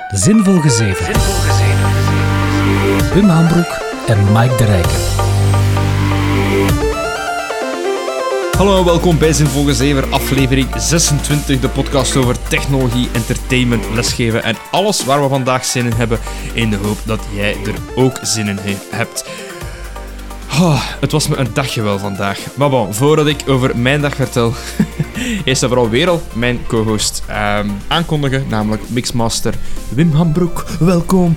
Zinvol Gezeven. Wim Hambroek en Mike de Rijken. Hallo en welkom bij Zinvol Gezeven, aflevering 26, de podcast over technologie, entertainment, lesgeven en alles waar we vandaag zin in hebben, in de hoop dat jij er ook zin in hebt. Het was me een dagje wel vandaag. Maar bon, voordat ik over mijn dag vertel, eerst en vooral weer al mijn co-host aankondigen, namelijk Mixmaster Wim Hambroek. Welkom.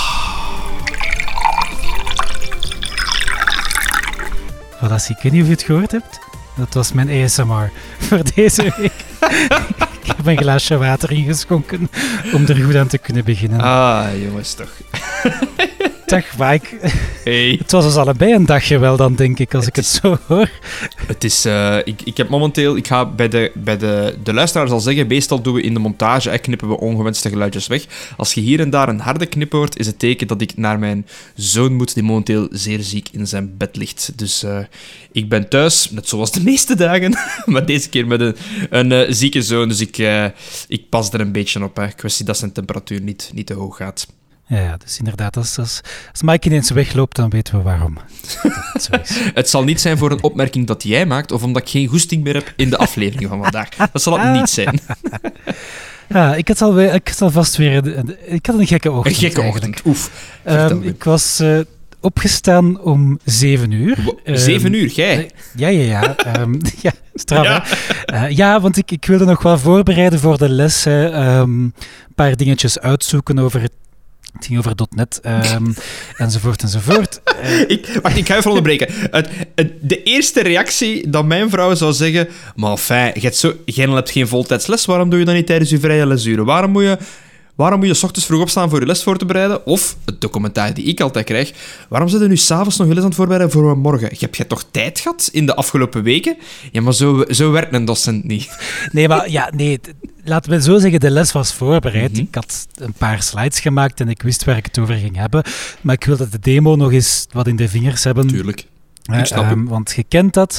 Voilà, ik weet niet of je het gehoord hebt. Dat was mijn ASMR voor deze week. Ik heb een glaasje water ingeschonken om er goed aan te kunnen beginnen. Jongens, toch. Dag Mike. Hey. Het was dus allebei een dagje wel dan, denk ik, als ik het zo hoor. Het is... Ik heb momenteel... Ik ga bij de luisteraars al zeggen, meestal doen we in de montage, knippen we ongewenste geluidjes weg. Als je hier en daar een harde knip hoort, is het teken dat ik naar mijn zoon moet, die momenteel zeer ziek in zijn bed ligt. Dus ik ben thuis, net zoals de meeste dagen, maar deze keer met een zieke zoon. Dus ik pas er een beetje op. Kwestie dat zijn temperatuur niet te hoog gaat. Ja, dus inderdaad, als Mike ineens wegloopt, dan weten we waarom. Dat zo is. Het zal niet zijn voor een opmerking dat jij maakt, of omdat ik geen goesting meer heb in de aflevering van vandaag. Dat zal het niet zijn. Ja, ik had alvast weer... Ik had een gekke ochtend. Een gekke ochtend, oef. Ik was opgestaan om 7 uur. 7 uur, jij? Ja. Ja, straf, hè? Ja, want ik wilde nog wel voorbereiden voor de les. Een paar dingetjes uitzoeken over het ging over .NET, enzovoort. Wacht, ik ga even onderbreken. De eerste reactie dat mijn vrouw zou zeggen, maar enfin, jij hebt geen voltijdsles, waarom doe je dat niet tijdens je vrije lesuren? Waarom moet je 's ochtends vroeg opstaan voor je les voor te bereiden? Of, het documentaar die ik altijd krijg, waarom zit je nu 's avonds nog je les aan het voorbereiden voor morgen? Heb jij toch tijd gehad in de afgelopen weken? Ja, maar zo werkt een docent niet. Nee, laten we zo zeggen, de les was voorbereid. Mm-hmm. Ik had een paar slides gemaakt en ik wist waar ik het over ging hebben. Maar ik wilde de demo nog eens wat in de vingers hebben. Tuurlijk. Ik snap hem. Want je kent dat.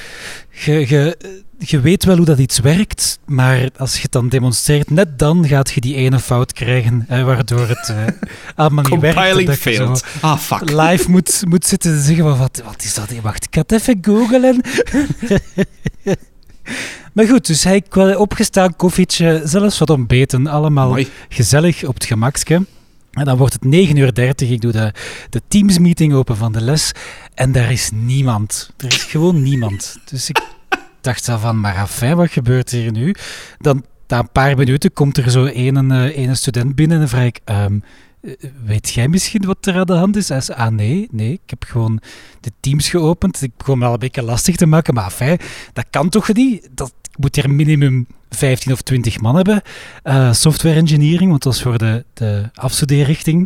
Je weet wel hoe dat iets werkt, maar als je het dan demonstreert, net dan gaat je die ene fout krijgen, waardoor het allemaal niet werkt. Compiling failed. Fuck. Live moet zitten zeggen, wat is dat? Wacht, ik ga het even googlen. Maar goed, dus hij kwam opgestaan, koffietje, zelfs wat ontbeten, allemaal Mooi. Gezellig op het gemakske. En dan wordt het 9:30 uur, ik doe de Teams-meeting open van de les en daar is niemand. Er is gewoon niemand. Dus ik dacht zo van, maar afijn, wat gebeurt hier nu? Dan, na een paar minuten komt er zo ene student binnen en dan vraag ik, weet jij misschien wat er aan de hand is? Hij zei, nee, ik heb gewoon de Teams geopend. Ik begon me al een beetje lastig te maken, maar afijn, dat kan toch niet? Ik moet hier minimum 15 of 20 man hebben. Software engineering, want dat was voor de afstudeerrichting.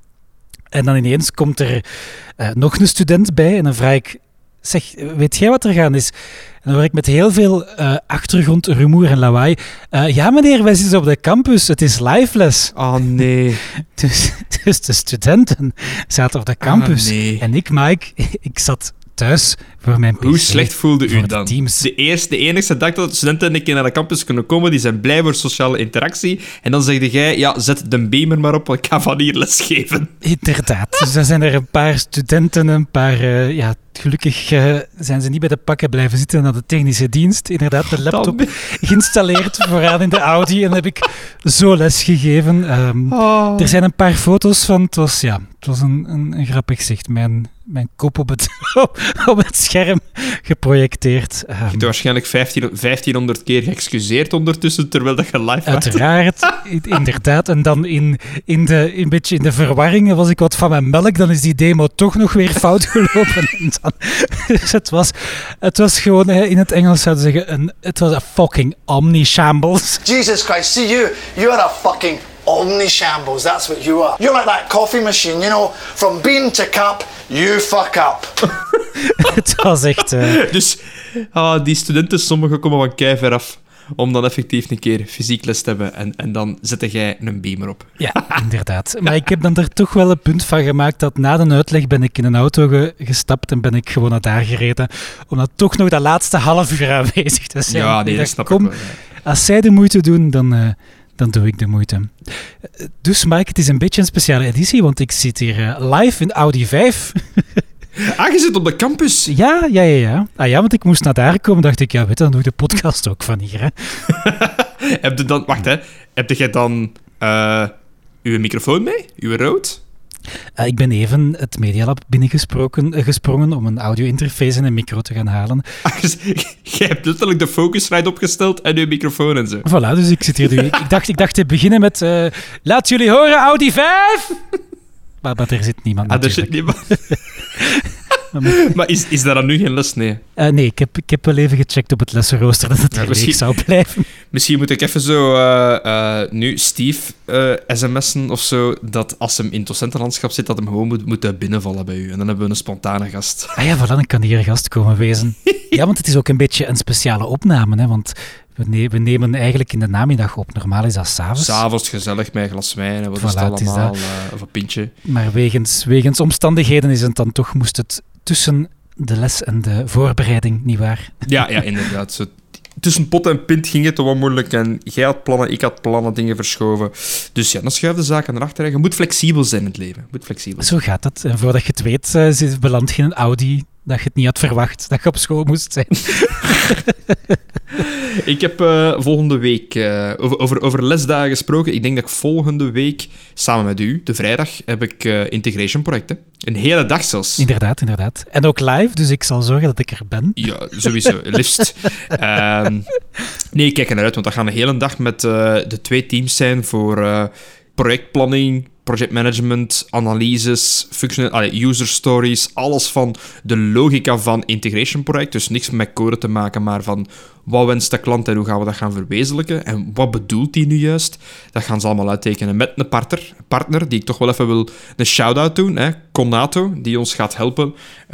En dan ineens komt er nog een student bij en dan vraag ik, zeg, weet jij wat er gaan is? En dan hoor ik met heel veel achtergrond, rumoer en lawaai. Ja meneer, wij zitten op de campus, het is live les. Oh nee. Dus de studenten zaten op de campus. Nee. En ik, Mike, ik zat thuis voor mijn PC. Hoe slecht voelde u dan? Teams. De enigste dag dat de studenten een keer naar de campus kunnen komen, die zijn blij voor sociale interactie. En dan zeg jij, ja, zet de beamer maar op, want ik ga van hier lesgeven. Inderdaad. Dus dan zijn er een paar studenten, gelukkig zijn ze niet bij de pakken blijven zitten naar de technische dienst. Inderdaad, de laptop geïnstalleerd vooraan in de Audi en heb ik zo les gegeven. Er zijn een paar foto's van. Het was een grappig zicht. Mijn kop op het scherm geprojecteerd. Je hebt waarschijnlijk 1500 keer geëxcuseerd ondertussen, terwijl dat je live was. Uiteraard, inderdaad. En dan een beetje in de verwarring was ik wat van mijn melk. Dan is die demo toch nog weer fout gelopen. Dus het was gewoon, in het Engels zouden ze zeggen, het was een fucking omni-shambles. Jesus Christ, see you are a fucking omni-shambles, that's what you are. You're like that coffee machine, you know, from bean to cup, you fuck up. Het was echt... Dus die studenten, sommigen komen van keiver af om dan effectief een keer fysiek les te hebben en dan zet jij een beamer op. Ja, inderdaad. Maar ik heb dan er toch wel een punt van gemaakt dat na de uitleg ben ik in een auto gestapt en ben ik gewoon naar daar gereden om dan toch nog dat laatste half uur aanwezig te zijn. Ja, nee, dat snap ik wel. Als zij de moeite doen, dan doe ik de moeite. Dus Mike, het is een beetje een speciale editie, want ik zit hier live in Audi 5. Je zit op de campus. Ja. Ah ja, want ik moest naar daar komen, dacht ik, ja, weet je, dan doe ik de podcast ook van hier. Hè. Heb jij dan uw microfoon mee? Uw Rode? Ik ben even het Media Lab binnengesprongen om een audio-interface en een micro te gaan halen. Jij hebt letterlijk de Focusrite opgesteld en uw microfoon en zo. Voilà, dus ik zit hier nu. Ik dacht te beginnen met... laat jullie horen, Audi 5! Maar er zit niemand natuurlijk. Er zit niemand. Maar is daar dan nu geen les? Nee. Nee, ik heb wel even gecheckt op het lessenrooster dat het leeg zou blijven. Misschien moet ik even zo nu Steve sms'en of zo, dat als hem in het docentenlandschap zit, dat hem gewoon moet binnenvallen bij u. En dan hebben we een spontane gast. Ah ja, voilà, dan kan hier een gast komen wezen. Ja, want het is ook een beetje een speciale opname, hè, want we nemen eigenlijk in de namiddag op. Normaal is dat 's avonds. 's Avonds gezellig met een glas wijn en wat is het allemaal, of een pintje. Maar wegens omstandigheden is het dan toch, moest het tussen de les en de voorbereiding, nietwaar? Ja, inderdaad. Zo, tussen pot en pint ging het wat moeilijk en jij had plannen, ik had plannen, dingen verschoven. Dus ja, dan schuif de zaken naar achteren. Je moet flexibel zijn in het leven. Zo gaat het. En voordat je het weet, beland je in een Audi dat je het niet had verwacht, dat je op school moest zijn. Ik heb volgende week over lesdagen gesproken. Ik denk dat ik volgende week, samen met u, de vrijdag, heb ik integration projecten. Een hele dag zelfs. Inderdaad. En ook live, dus ik zal zorgen dat ik er ben. Ja, sowieso. Liefst. Nee, ik kijk er naar uit, want dat gaat een hele dag met de 2 teams zijn voor projectplanning, projectmanagement, analyses, user stories, alles van de logica van integration project. Dus niks met code te maken, maar van wat wenst de klant en hoe gaan we dat gaan verwezenlijken en wat bedoelt die nu juist. Dat gaan ze allemaal uittekenen met een partner die ik toch wel even wil een shout-out doen, hè, Conato, die ons gaat helpen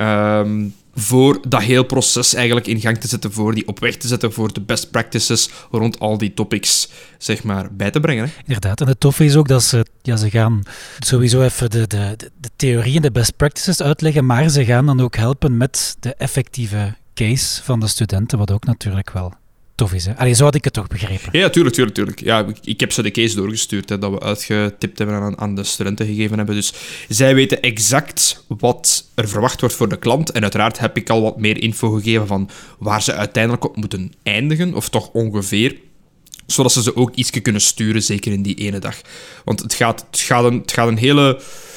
voor dat heel proces eigenlijk in gang te zetten, voor die op weg te zetten, voor de best practices rond al die topics, zeg maar, bij te brengen. Hè. Inderdaad, en het toffe is ook dat ze gaan sowieso even de theorie en de best practices uitleggen, maar ze gaan dan ook helpen met de effectieve case van de studenten, wat ook natuurlijk wel tof is. Hè? Allee, zo had ik het toch begrepen. Ja, tuurlijk. Ja, ik heb ze de case doorgestuurd, hè, dat we uitgetipt hebben aan de studenten gegeven hebben. Dus zij weten exact wat er verwacht wordt voor de klant. En uiteraard heb ik al wat meer info gegeven van waar ze uiteindelijk op moeten eindigen, of toch ongeveer, zodat ze ook iets kunnen sturen, zeker in die ene dag. Want het gaat een hele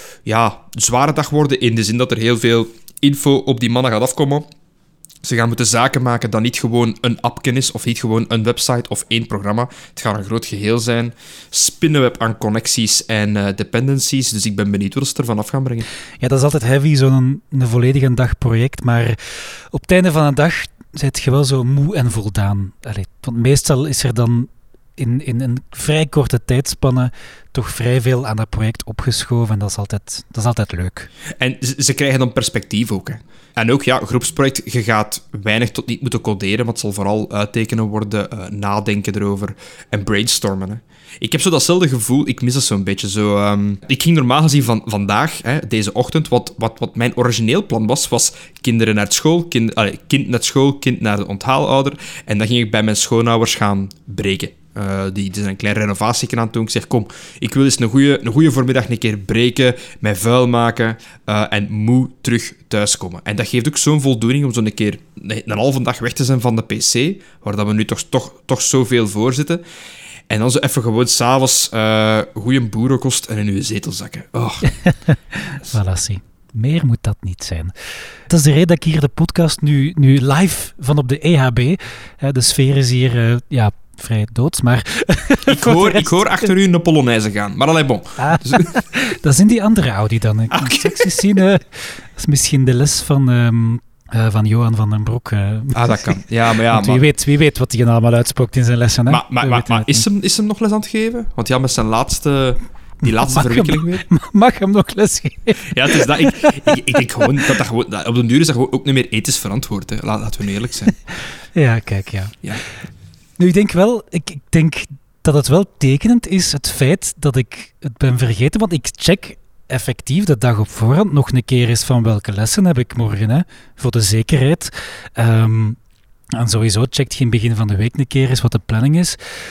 zware dag worden, in de zin dat er heel veel info op die mannen gaat afkomen. Ze gaan moeten zaken maken dat niet gewoon een appje is, of niet gewoon een website of 1 programma. Het gaat een groot geheel zijn. Spinnenweb aan connecties en dependencies. Dus ik ben benieuwd wat ze ervan af gaan brengen. Ja, dat is altijd heavy, zo'n volledige dag project. Maar op het einde van de dag zit je wel zo moe en voldaan. Allee, want meestal is er dan in een vrij korte tijdspanne toch vrij veel aan dat project opgeschoven. En dat is altijd leuk. En ze krijgen dan perspectief ook, hè. En ook, groepsproject, je gaat weinig tot niet moeten coderen, maar het zal vooral uittekenen worden, nadenken erover en brainstormen. Hè. Ik heb zo datzelfde gevoel, ik mis dat zo'n beetje. Zo, ik ging normaal gezien van vandaag, deze ochtend, wat mijn origineel plan was kinderen naar school, kind naar school, kind naar de onthaalouder. En dan ging ik bij mijn schoonouders gaan breken. Die zijn een klein renovatie aan het doen. Ik zeg, kom, ik wil eens een goede voormiddag een keer breken, mij vuil maken en moe terug thuiskomen. En dat geeft ook zo'n voldoening om zo'n keer een halve dag weg te zijn van de PC, waar dat we nu toch zoveel voor zitten. En dan zo even gewoon s'avonds goede boerenkost en in uw zetel zakken. Oh. Voilà, zie. Meer moet dat niet zijn. Dat is de reden dat ik hier de podcast nu live van op de EHB... de sfeer is hier... vrij doods, maar... Ik hoor achter u een Polonaise gaan, maar allee, bon. Dat is in die andere Audi dan. Ik moet straks zien, dat is misschien de les van Johan van den Broek. Dat kan. Ja, wie weet wat hij allemaal uitspookt in zijn lessen. Hè? Maar is hem nog les aan het geven? Want ja, met zijn laatste verwikkeling weer. Mag hem nog les geven? Ja, het is dat. Ik denk gewoon dat op den duur is dat gewoon ook niet meer ethisch verantwoord. Hè. Laten we eerlijk zijn. Ja, kijk, ja. Nu, ik denk dat het wel tekenend is, het feit dat ik het ben vergeten, want ik check effectief de dag op voorhand nog een keer eens van welke lessen heb ik morgen, hè, voor de zekerheid. En sowieso checkt je in het begin van de week een keer eens wat de planning is.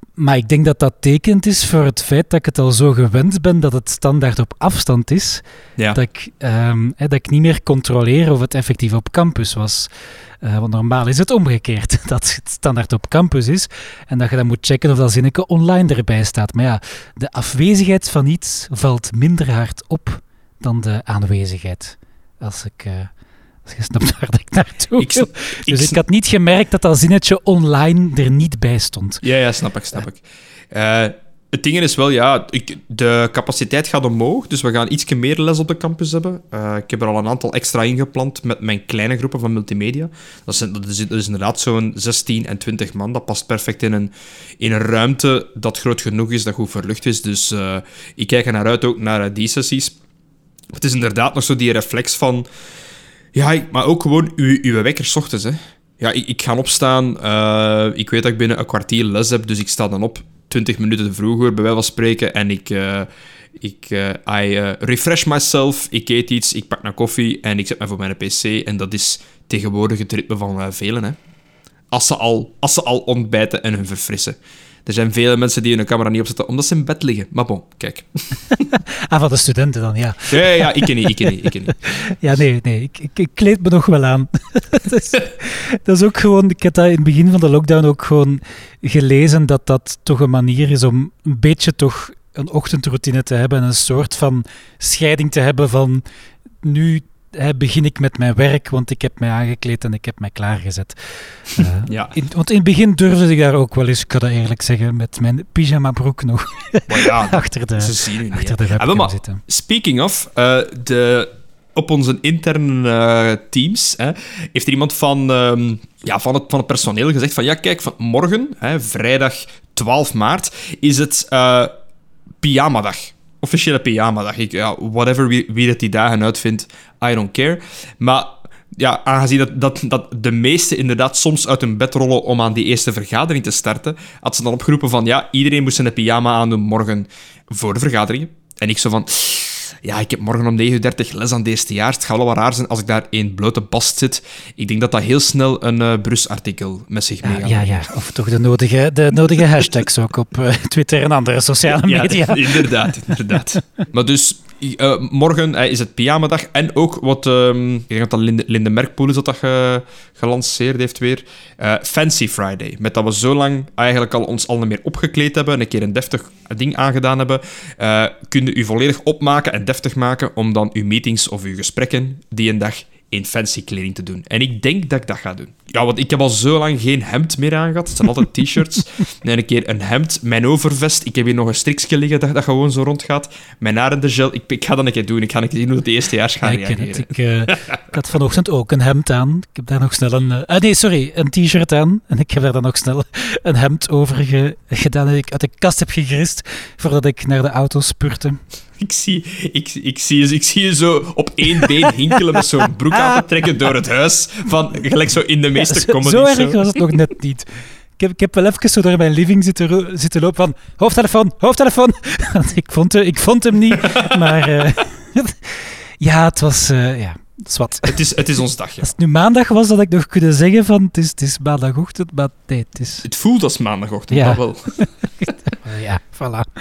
Maar ik denk dat dat tekend is voor het feit dat ik het al zo gewend ben dat het standaard op afstand is. Ja. Dat ik niet meer controleer of het effectief op campus was. Want normaal is het omgekeerd, dat het standaard op campus is en dat je dan moet checken of dat zinnetje online erbij staat. Maar ja, de afwezigheid van iets valt minder hard op dan de aanwezigheid. Als je snapt waar ik naartoe wil. Dus ik had niet gemerkt dat dat zinnetje online er niet bij stond. Ja, snap ik. Het ding is wel, de capaciteit gaat omhoog, dus we gaan ietsje meer les op de campus hebben. Ik heb er al een aantal extra ingepland met mijn kleine groepen van multimedia. Dat is inderdaad zo'n 16 en 20 man. Dat past perfect in een ruimte dat groot genoeg is, dat goed verlucht is. Dus ik kijk er naar uit ook naar die sessies. Het is inderdaad nog zo die reflex van... Ja, maar ook gewoon uw wekker 's ochtends, hè. Ja, ik ga opstaan. Ik weet dat ik binnen een kwartier les heb, dus ik sta dan op 20 minuten te vroeg, bij wijze van spreken. En ik refresh myself, ik eet iets, ik pak een koffie en ik zet me voor mijn pc. En dat is tegenwoordig het ritme van velen, hè. Als ze al ontbijten en hun verfrissen. Er zijn vele mensen die hun camera niet opzetten omdat ze in bed liggen. Maar bon, kijk. Van de studenten dan, ja. Ja, ik ken niet. Ja, nee, ik kleed me nog wel aan. Dat is ook gewoon... Ik heb dat in het begin van de lockdown ook gewoon gelezen dat dat toch een manier is om een beetje toch een ochtendroutine te hebben en een soort van scheiding te hebben van nu begin ik met mijn werk, want ik heb mij aangekleed en ik heb mij klaargezet. Want in het begin durfde ik daar ook wel eens, ik ga dat eerlijk zeggen, met mijn pyjama-broek nog achter de webcam zitten. Speaking of, op onze interne teams heeft er iemand van het personeel gezegd van kijk, van morgen, vrijdag 12 maart, is het pyjamadag. Officiële pyjamadag. Whatever wie dat die dagen uitvindt, I don't care. Maar aangezien dat de meesten inderdaad soms uit hun bed rollen om aan die eerste vergadering te starten, had ze dan opgeroepen van iedereen moest een pyjama aandoen morgen voor de vergaderingen. En ik zo van... ik heb morgen om 9:30 les aan het eerstejaars. Het gaat wel wat raar zijn als ik daar in blote bast zit. Ik denk dat heel snel een Brus-artikel met zich mee gaat. Ja. Of toch de nodige hashtags ook op Twitter en andere sociale media. Ja, inderdaad. Maar dus... morgen is het pyjamadag en ook wat... ik denk dat Linde Merkpoel is dat gelanceerd heeft weer. Fancy Friday. Met dat we zo lang eigenlijk ons al niet meer opgekleed hebben en een keer een deftig ding aangedaan hebben, kun je u volledig opmaken en deftig maken om dan uw meetings of uw gesprekken die een dag in fancy kleding te doen. En ik denk dat ik dat ga doen. Ja, want ik heb al zo lang geen hemd meer aangehad. Het zijn altijd t-shirts. En een keer een hemd, mijn overvest. Ik heb hier nog een strikje liggen dat gewoon zo rondgaat. Mijn haar in de gel. Ik ga dat een keer doen. Ik ga een keer zien hoe het eerstejaars gaat reageren. Ik had vanochtend ook een hemd aan. Ik heb daar nog snel een t-shirt aan. En ik heb daar dan nog snel een hemd over gedaan dat ik uit de kast heb gegrist voordat ik naar de auto spurte. Ik zie je zo op één been hinkelen met zo'n broek aan te trekken door het huis. Van, gelijk zo in de meeste comedies. Zo erg was het nog net niet. Ik heb wel even zo door mijn living zitten lopen van hoofdtelefoon. Want ik vond hem niet. Maar het was... zwart. Het is ons dagje. Als het nu maandag was, had ik nog kunnen zeggen van het is maandagochtend, maar nee, het is... Het voelt als maandagochtend, dat wel. Ja, voilà.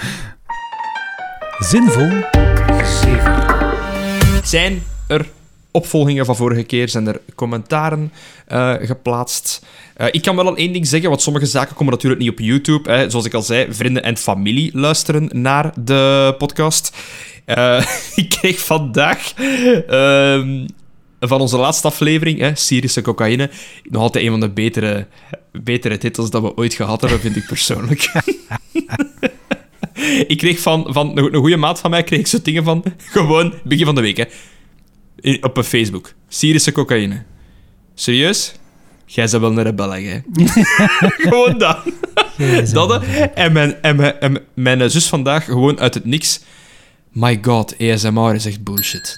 Zinvol 7. Zijn er opvolgingen van vorige keer? Zijn er commentaren geplaatst? Ik kan wel al één ding zeggen, want sommige zaken komen natuurlijk niet op YouTube. Zoals ik al zei, vrienden en familie luisteren naar de podcast. Ik kreeg vandaag van onze laatste aflevering, Syrische cocaïne, nog altijd een van de betere titels dat we ooit gehad hebben, vind ik persoonlijk. Ik kreeg van een goede maat van mij, kreeg ik zo dingen van, gewoon, begin van de week, op een Facebook. Syrische cocaïne. Serieus? Jij bent wel een rebel, hè? Gewoon dat. Dat, en mijn zus vandaag, gewoon uit het niks. My god, ASMR is echt bullshit.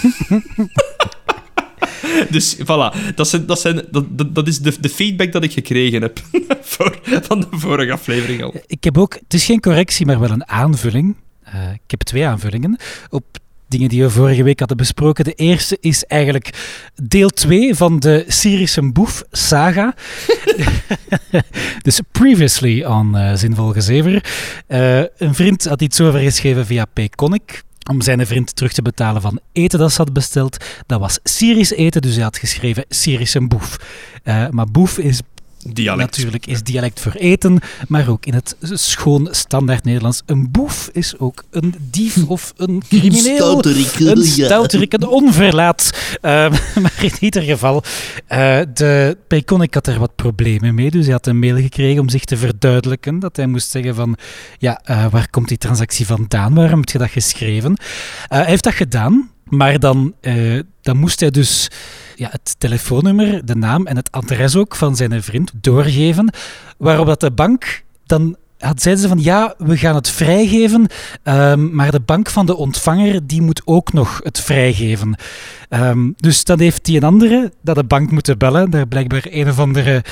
Dus voilà, dat is de feedback dat ik gekregen heb van de vorige aflevering al. Ik heb ook, het is geen correctie, maar wel een aanvulling. Ik heb 2 aanvullingen. Op dingen die we vorige week hadden besproken. De eerste is eigenlijk deel 2 van de Syrische boef saga. Dus previously on Zinvol Gezever. Een vriend had iets overgeschreven via Payconic om zijn vriend terug te betalen van eten dat ze had besteld. Dat was Syrisch eten, dus hij had geschreven Syrische boef. Maar boef is Dialect. natuurlijk is dialect voor eten, maar ook in het schoon standaard Nederlands. Een boef is ook een dief of een crimineel. Een stouterik, een onverlaat. Maar in ieder geval, de Payconic had er wat problemen mee, dus hij had een mail gekregen om zich te verduidelijken, dat hij moest zeggen van, waar komt die transactie vandaan? Waarom heb je dat geschreven? Hij heeft dat gedaan, maar dan moest hij dus het telefoonnummer, de naam en het adres ook van zijn vriend doorgeven, waarop dat de bank dan zeiden ze van we gaan het vrijgeven, maar de bank van de ontvanger die moet ook nog het vrijgeven. Dus dan heeft die een andere dat de bank moeten bellen. Daar blijkbaar een of andere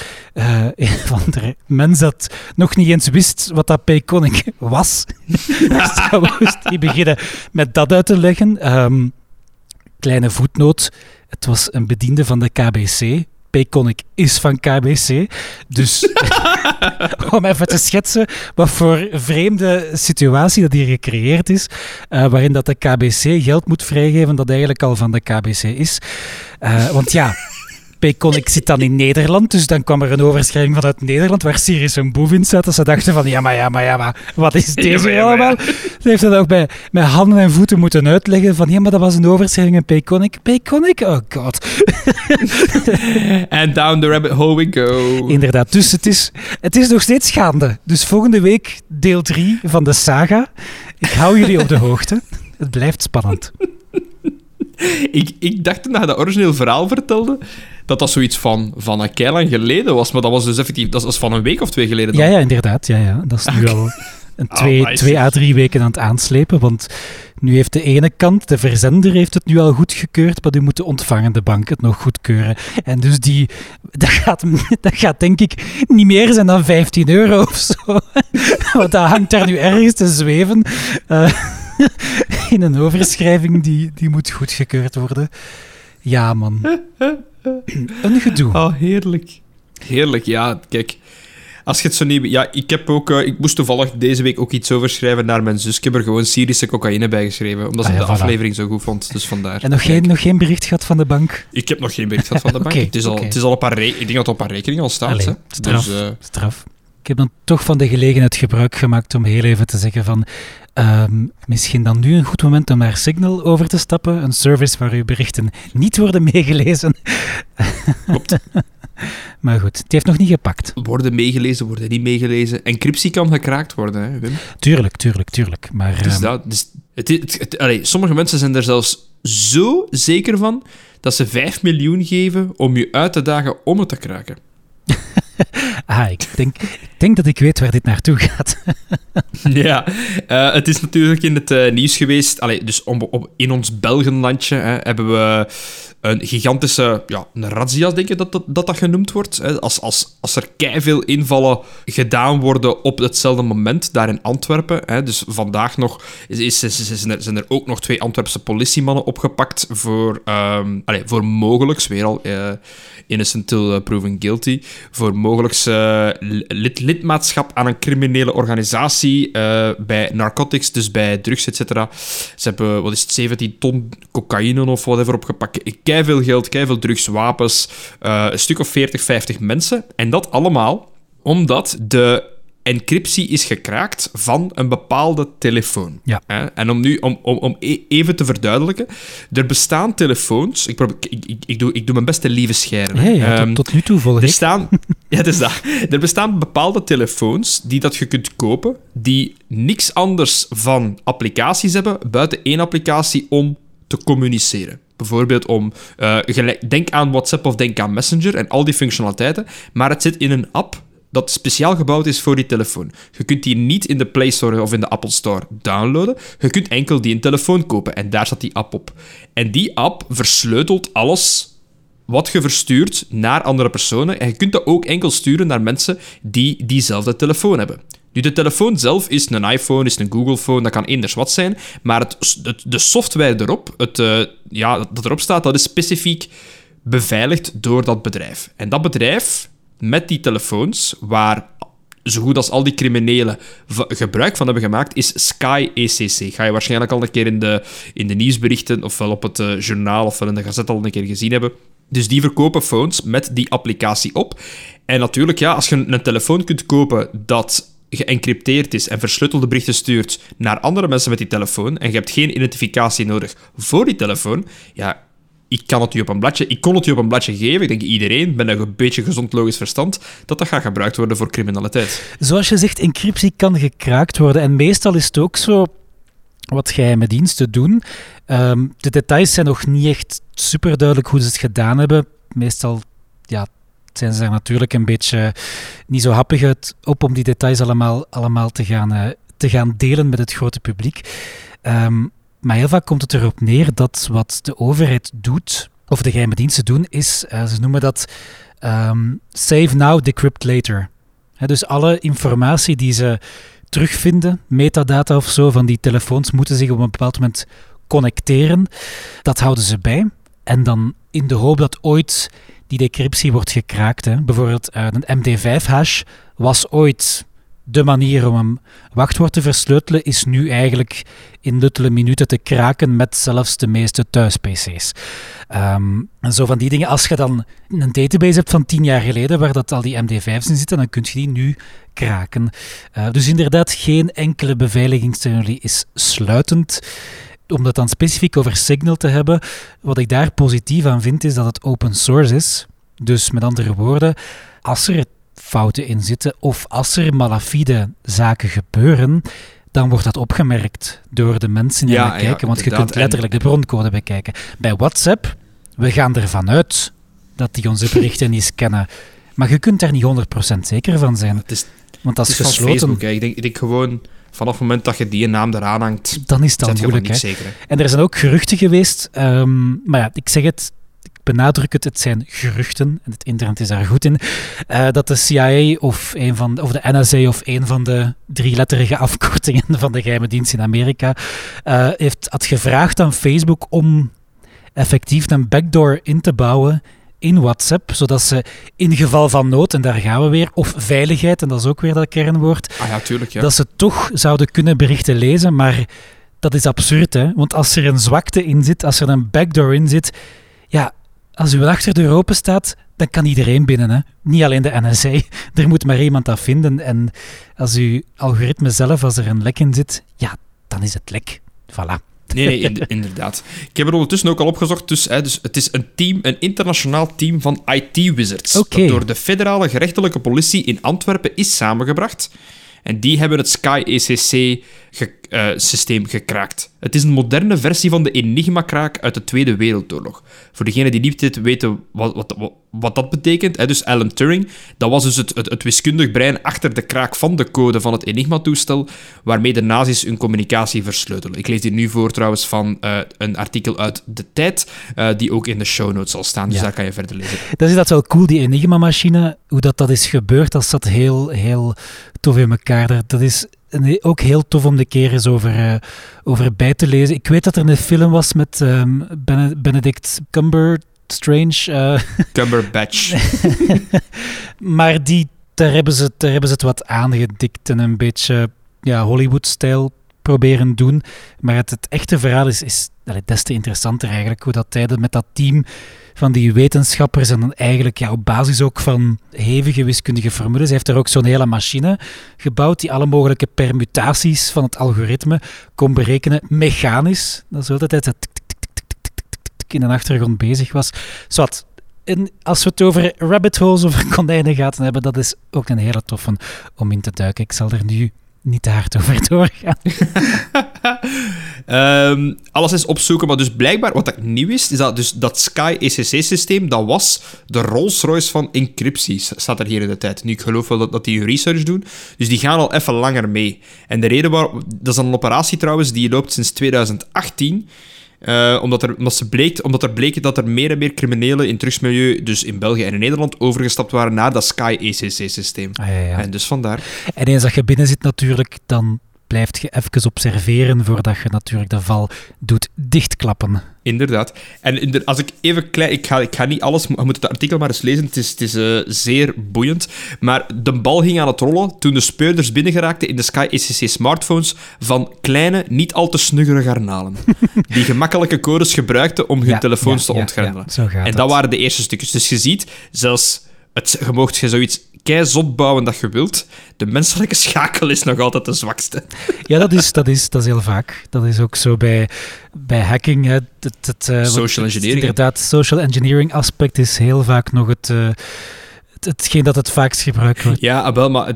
mens dat nog niet eens wist wat dat Payconic was. Dus dan moest hij beginnen met dat uit te leggen. Kleine voetnoot. Het was een bediende van de KBC. Payconic is van KBC. Dus om even te schetsen wat voor vreemde situatie dat hier gecreëerd is, waarin dat de KBC geld moet vrijgeven dat eigenlijk al van de KBC is. Want Payconic zit dan in Nederland, dus dan kwam er een overschrijving vanuit Nederland waar Syrisch een boef in zat. Dus ze dachten van, maar wat is deze allemaal? Ze heeft dat ook met handen en voeten moeten uitleggen van, maar dat was een overschrijving in Payconic. Payconic? Oh god. And down the rabbit hole we go. Inderdaad, dus het is nog steeds gaande. Dus volgende week deel 3 van de saga. Ik hou jullie op de hoogte. Het blijft spannend. Ik dacht toen dat je dat origineel verhaal vertelde, dat zoiets van een keilang geleden was, maar dat was dus effectief, dat is van een week of 2 geleden dan. Ja, inderdaad. Ja. Dat is nu al 2 à 3 weken aan het aanslepen, want nu heeft de ene kant, de verzender, heeft het nu al goedgekeurd, maar nu moet de ontvangende bank het nog goedkeuren. En dus dat gaat denk ik niet meer zijn dan €15 of zo. Want dat hangt daar nu ergens te zweven. In een overschrijving die moet goedgekeurd worden. Ja, man. Een gedoe. Oh, heerlijk. Heerlijk, ja. Kijk, als je het zo niet... Ja, ik moest toevallig deze week ook iets overschrijven naar mijn zus. Ik heb er gewoon Syrische cocaïne bij geschreven, omdat ze de aflevering zo goed vond. Dus vandaar. En nog geen bericht gehad van de bank? Ik heb nog geen bericht gehad van de bank. Het is al op haar ik denk dat het op haar rekening al staat. Allee, straf. Ik heb dan toch van de gelegenheid gebruik gemaakt om heel even te zeggen van... misschien dan nu een goed moment om naar Signal over te stappen. Een service waar uw berichten niet worden meegelezen. Klopt. Maar goed, het heeft nog niet gepakt. Worden meegelezen, worden niet meegelezen. Encryptie kan gekraakt worden, hè, Wim? Tuurlijk. Maar, sommige mensen zijn er zelfs zo zeker van dat ze 5 miljoen geven om je uit te dagen om het te kraken. Ik denk dat ik weet waar dit naartoe gaat. Ja, het is natuurlijk in het nieuws geweest. Dus in ons Belgenlandje hebben we een gigantische een razzia, denk ik dat genoemd wordt. Hè. Als er keiveel invallen gedaan worden op hetzelfde moment, daar in Antwerpen. Hè. Dus vandaag nog zijn er ook nog 2 Antwerpse politiemannen opgepakt voor mogelijks, weer al innocent till proven guilty, voor mogelijks lidmaatschap aan een criminele organisatie bij narcotics, dus bij drugs, etc. Ze hebben, 17 ton cocaïne of whatever opgepakt. Keiveel geld, keiveel drugs, wapens, een stuk of 40, 50 mensen. En dat allemaal omdat de encryptie is gekraakt van een bepaalde telefoon. Ja. En om even te verduidelijken, er bestaan telefoons... Ik doe mijn beste lieve scheren. Ja, tot nu toe volg ik. Ja, het is dat. Er bestaan bepaalde telefoons die dat je kunt kopen, die niks anders van applicaties hebben, buiten 1 applicatie om te communiceren. Bijvoorbeeld denk aan WhatsApp of denk aan Messenger en al die functionaliteiten, maar het zit in een app dat speciaal gebouwd is voor die telefoon. Je kunt die niet in de Play Store of in de Apple Store downloaden. Je kunt enkel die een telefoon kopen en daar staat die app op. En die app versleutelt alles wat je verstuurt naar andere personen. En je kunt dat ook enkel sturen naar mensen die diezelfde telefoon hebben. Nu, de telefoon zelf is een iPhone, is een Google-phone, dat kan eenders wat zijn, maar de software erop, dat erop staat, dat is specifiek beveiligd door dat bedrijf. En dat bedrijf, met die telefoons, waar zo goed als al die criminelen gebruik van hebben gemaakt, is Sky ECC. Ga je waarschijnlijk al een keer in de nieuwsberichten, ofwel op het journaal, ofwel in de gazette al een keer gezien hebben. Dus die verkopen phones met die applicatie op. En natuurlijk, ja, als je een telefoon kunt kopen dat geëncrypteerd is en versleutelde berichten stuurt naar andere mensen met die telefoon, en je hebt geen identificatie nodig voor die telefoon, ja, ik kon het u op een bladje geven. Ik denk iedereen, met een beetje gezond logisch verstand, dat gaat gebruikt worden voor criminaliteit. Zoals je zegt, encryptie kan gekraakt worden. En meestal is het ook zo, wat geheime diensten doen. De details zijn nog niet echt super duidelijk hoe ze het gedaan hebben. Meestal zijn ze er natuurlijk een beetje niet zo happig op om die details allemaal te gaan delen met het grote publiek. Maar heel vaak komt het erop neer dat wat de overheid doet, of de geheime diensten doen, is, ze noemen dat save now, decrypt later. Dus alle informatie die ze terugvinden, metadata of zo, van die telefoons, moeten zich op een bepaald moment connecteren. Dat houden ze bij. En dan in de hoop dat ooit die decryptie wordt gekraakt. Hè. Bijvoorbeeld een MD5-hash was ooit de manier om een wachtwoord te versleutelen, is nu eigenlijk in luttele minuten te kraken met zelfs de meeste thuis-PC's. En zo van die dingen. Als je dan een database hebt van 10 jaar geleden, waar dat al die MD5's in zitten, dan kun je die nu kraken. Dus inderdaad, geen enkele beveiligingstechnologie is sluitend. Om dat dan specifiek over Signal te hebben, wat ik daar positief aan vind, is dat het open source is. Dus met andere woorden, als er fouten in zitten of als er malafide zaken gebeuren, dan wordt dat opgemerkt door de mensen die naar kijken, want je kunt letterlijk de broncode bekijken. Bij WhatsApp, we gaan ervan uit dat die onze berichten niet scannen, maar je kunt daar niet 100% zeker van zijn. Want dat is gesloten. Facebook, ik denk gewoon, vanaf het moment dat je die naam eraan hangt, dan is dat moeilijk. Niet zeker, hè? En er zijn ook geruchten geweest, maar ja, ik zeg het, ik benadruk het zijn geruchten, en het internet is daar goed in, dat de CIA of de NSA of een van de 3-letterige afkortingen van de geheime dienst in Amerika had gevraagd aan Facebook om effectief een backdoor in te bouwen in WhatsApp, zodat ze in geval van nood, en daar gaan we weer, of veiligheid, en dat is ook weer dat kernwoord, tuurlijk, dat ze toch zouden kunnen berichten lezen, maar dat is absurd, hè? Want als er een zwakte in zit, als er een backdoor in zit, ja, als uw achterdeur open staat, dan kan iedereen binnen, hè? Niet alleen de NSA. Er moet maar iemand dat vinden. En als uw algoritme zelf, als er een lek in zit, ja, dan is het lek. Voilà. Nee, inderdaad. Ik heb er ondertussen ook al opgezocht. Dus het is een internationaal team van IT-wizards. Okay. Dat door de federale gerechtelijke politie in Antwerpen is samengebracht. En die hebben het Sky ECC-systeem gekraakt. Het is een moderne versie van de Enigma-kraak uit de Tweede Wereldoorlog. Voor degenen die niet weten wat dat betekent, dus Alan Turing, dat was dus het wiskundig brein achter de kraak van de code van het Enigma-toestel, waarmee de nazi's hun communicatie versleutelen. Ik lees dit nu voor trouwens van een artikel uit De Tijd, die ook in de show notes zal staan, dus daar kan je verder lezen. Dat is dat wel cool, die Enigma-machine, hoe dat is gebeurd, dat zat heel, heel tof in elkaar. Dat is ook heel tof om de keer eens over bij te lezen. Ik weet dat er een film was met Benedict Cumberbatch. Maar daar hebben ze het wat aangedikt en een beetje Hollywood-stijl proberen doen. Maar het echte verhaal is des te interessanter eigenlijk, hoe dat hij met dat team van die wetenschappers en dan eigenlijk op basis ook van hevige wiskundige formules. Hij heeft daar ook zo'n hele machine gebouwd die alle mogelijke permutaties van het algoritme kon berekenen, mechanisch. Dat is altijd het in de achtergrond bezig was. Zowat. En als we het over rabbit holes, over konijnengaten hebben, dat is ook een hele toffe om in te duiken. Ik zal er nu niet te hard over doorgaan. Alles is opzoeken, maar dus blijkbaar, wat ik niet wist, is dat dus dat Sky ECC-systeem, dat was de Rolls-Royce van encryptie, staat er hier in de tijd. Nu, ik geloof wel dat die hun research doen, dus die gaan al even langer mee. En de reden dat is een operatie trouwens, die loopt sinds 2018, Omdat er bleek dat er meer en meer criminelen in het drugsmilieu, dus in België en in Nederland, overgestapt waren naar dat Sky ECC-systeem. Ah, ja. En dus vandaar. En eens dat je binnen zit natuurlijk, dan blijft je even observeren voordat je natuurlijk de val doet dichtklappen. Inderdaad. En als ik even klein... Ik ga niet alles... Je moet het artikel maar eens lezen. Het is zeer boeiend. Maar de bal ging aan het rollen toen de speurders binnengeraakten in de Sky ECC smartphones van kleine, niet al te snuggere garnalen. Die gemakkelijke codes gebruikten om hun telefoons te ontgrendelen. Zo gaat en dat waren de eerste stukjes. Dus je ziet, zelfs... Je moogt zoiets keizot bouwen dat je wilt. De menselijke schakel is nog altijd de zwakste. Ja, dat is heel vaak. Dat is ook zo bij hacking. Hè. Social engineering. Inderdaad, social engineering aspect is heel vaak nog hetgeen dat het vaakst gebruikt wordt. Ja, wel, maar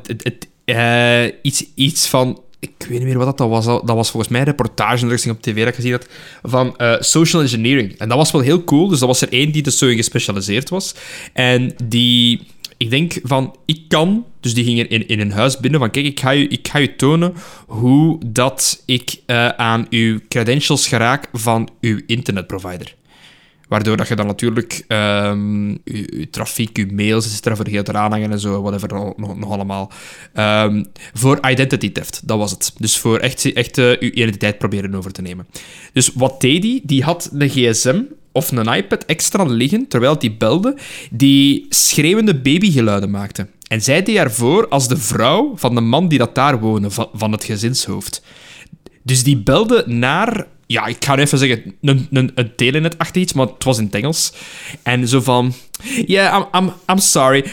iets van... Ik weet niet meer wat dat was. Dat was volgens mij een reportage op tv dat ik gezien had van social engineering. En dat was wel heel cool. Dus dat was er één die dus zo in gespecialiseerd was. En die... Ik denk van, ik kan... Dus die gingen in een huis binnen van, kijk, ik ga je tonen hoe dat ik aan uw credentials geraak van uw internetprovider. Waardoor dat je dan natuurlijk je trafiek, je mails, etc. voor de aanhangen en zo, whatever, nog allemaal. Voor identity theft, dat was het. Dus voor echt je identiteit proberen over te nemen. Dus wat deed hij? Die had een gsm of een iPad extra liggen, terwijl hij belde, die schreeuwende babygeluiden maakte. En zij deed daarvoor als de vrouw van de man die dat daar woonde, van het gezinshoofd. Dus die belde naar... Ja, ik ga even zeggen, een telenet-achtig iets, maar het was in het Engels. En zo van... Yeah, I'm sorry.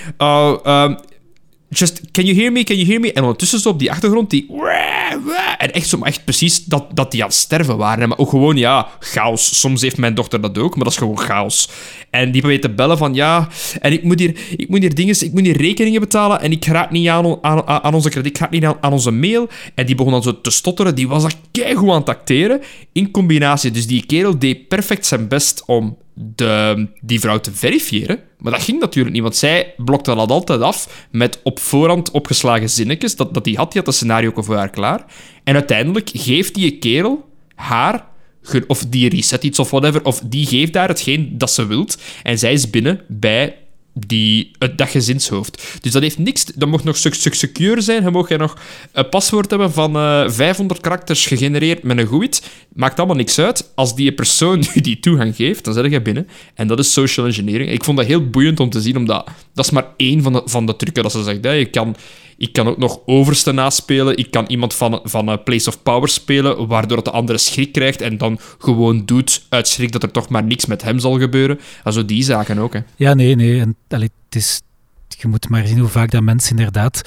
Just, can you hear me? En ondertussen zo op die achtergrond, die... En echt precies dat die aan het sterven waren. Maar ook gewoon, ja, chaos. Soms heeft mijn dochter dat ook, maar dat is gewoon chaos. En die probeert te bellen van, ja... En ik moet hier rekeningen betalen en ik raak niet aan onze krediet, ik raak niet aan onze mail. En die begon dan zo te stotteren. Die was dat keigoed aan het acteren. In combinatie. Dus die kerel deed perfect zijn best om die vrouw te verifiëren. Maar dat ging natuurlijk niet, want zij blokte dat altijd af met op voorhand opgeslagen zinnetjes. Dat die had een scenario voor haar klaar. En uiteindelijk geeft die kerel haar... Of die reset iets of whatever, of die geeft daar hetgeen dat ze wilt. En zij is binnen bij dat gezinshoofd. Dus dat heeft niks... Dat mocht nog secure zijn. Je mag nog een paswoord hebben van 500 karakters gegenereerd met een GUID. Maakt allemaal niks uit. Als die persoon nu die toegang geeft, dan zit je binnen. En dat is social engineering. Ik vond dat heel boeiend om te zien, omdat dat is maar één van de trucken dat ze zegt. Hè. Ik kan ook nog overste naspelen. Ik kan iemand van Place of Power spelen, waardoor de andere schrik krijgt en dan gewoon doet uit schrik dat er toch maar niks met hem zal gebeuren. Also die zaken ook, hè. Ja, nee. En, je moet maar zien hoe vaak dat mensen inderdaad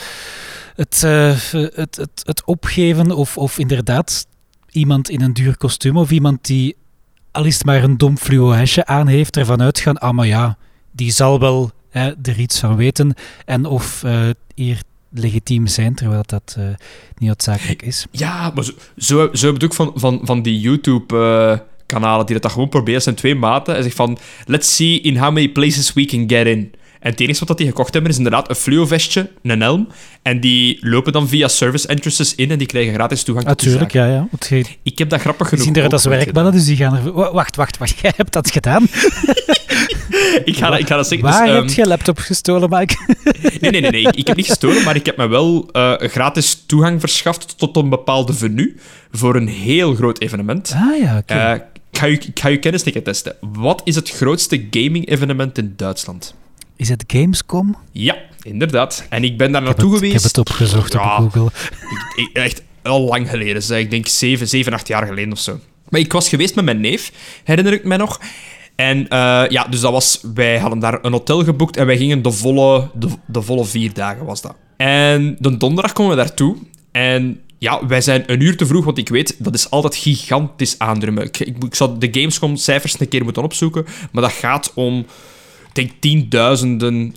het opgeven of inderdaad iemand in een duur kostuum of iemand die al is het maar een dom fluo hesje aan heeft, ervan uitgaan, maar ja, die zal wel er iets van weten en of hier legitiem zijn, terwijl dat niet noodzakelijk is. Ja, maar zo heb ik ook van die YouTube-kanalen die dat gewoon proberen. Zijn twee maten en zegt van, let's see in how many places we can get in. En het enige wat die gekocht hebben is inderdaad een fluo-vestje, een helm, en die lopen dan via service entrances in en die krijgen gratis toegang tot die zaak. Ja. Ik heb dat grappig genoeg. Die zien eruit als werkmannen, dus die gaan er... Wacht, jij hebt dat gedaan? ik ga dat zeggen. Waar heb je laptop gestolen, Mike? Nee. Ik heb niet gestolen, maar ik heb me wel gratis toegang verschaft tot een bepaalde venue voor een heel groot evenement. Ah ja, oké. Ik ga je kennis testen. Wat is het grootste gaming-evenement in Duitsland? Is het Gamescom? Ja, inderdaad. En ik ben daar naartoe geweest. Ik heb het opgezocht op Google. Echt al lang geleden. Ik denk 7, 8 jaar geleden of zo. Maar ik was geweest met mijn neef, herinner ik mij nog. En dus dat was... Wij hadden daar een hotel geboekt en wij gingen de volle 4 dagen was dat. En de donderdag komen we daartoe. En ja, wij zijn een uur te vroeg, want ik weet, dat is altijd gigantisch aandrummen. Ik zou de Gamescom-cijfers een keer moeten opzoeken, maar dat gaat om... Ik denk tienduizenden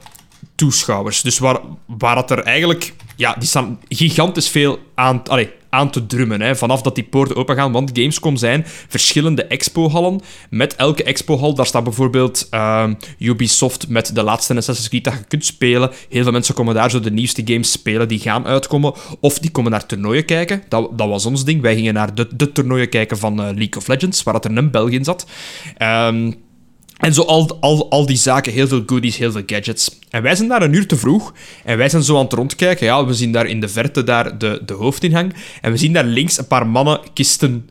toeschouwers. Dus waar dat er eigenlijk... Ja, die staan gigantisch veel aan te drummen. Hè. Vanaf dat die poorten opengaan. Want Gamescom zijn verschillende expohallen. Met elke expohal, daar staat bijvoorbeeld Ubisoft met de laatste Assassin's Creed dat je kunt spelen. Heel veel mensen komen daar zo de nieuwste games spelen die gaan uitkomen. Of die komen naar toernooien kijken. Dat was ons ding. Wij gingen naar de toernooien kijken van League of Legends, waar er een Belg in zat. En zo al die zaken, heel veel goodies, heel veel gadgets. En wij zijn daar een uur te vroeg. En wij zijn zo aan het rondkijken. Ja, we zien daar in de verte daar de hoofdingang. En we zien daar links een paar mannen kisten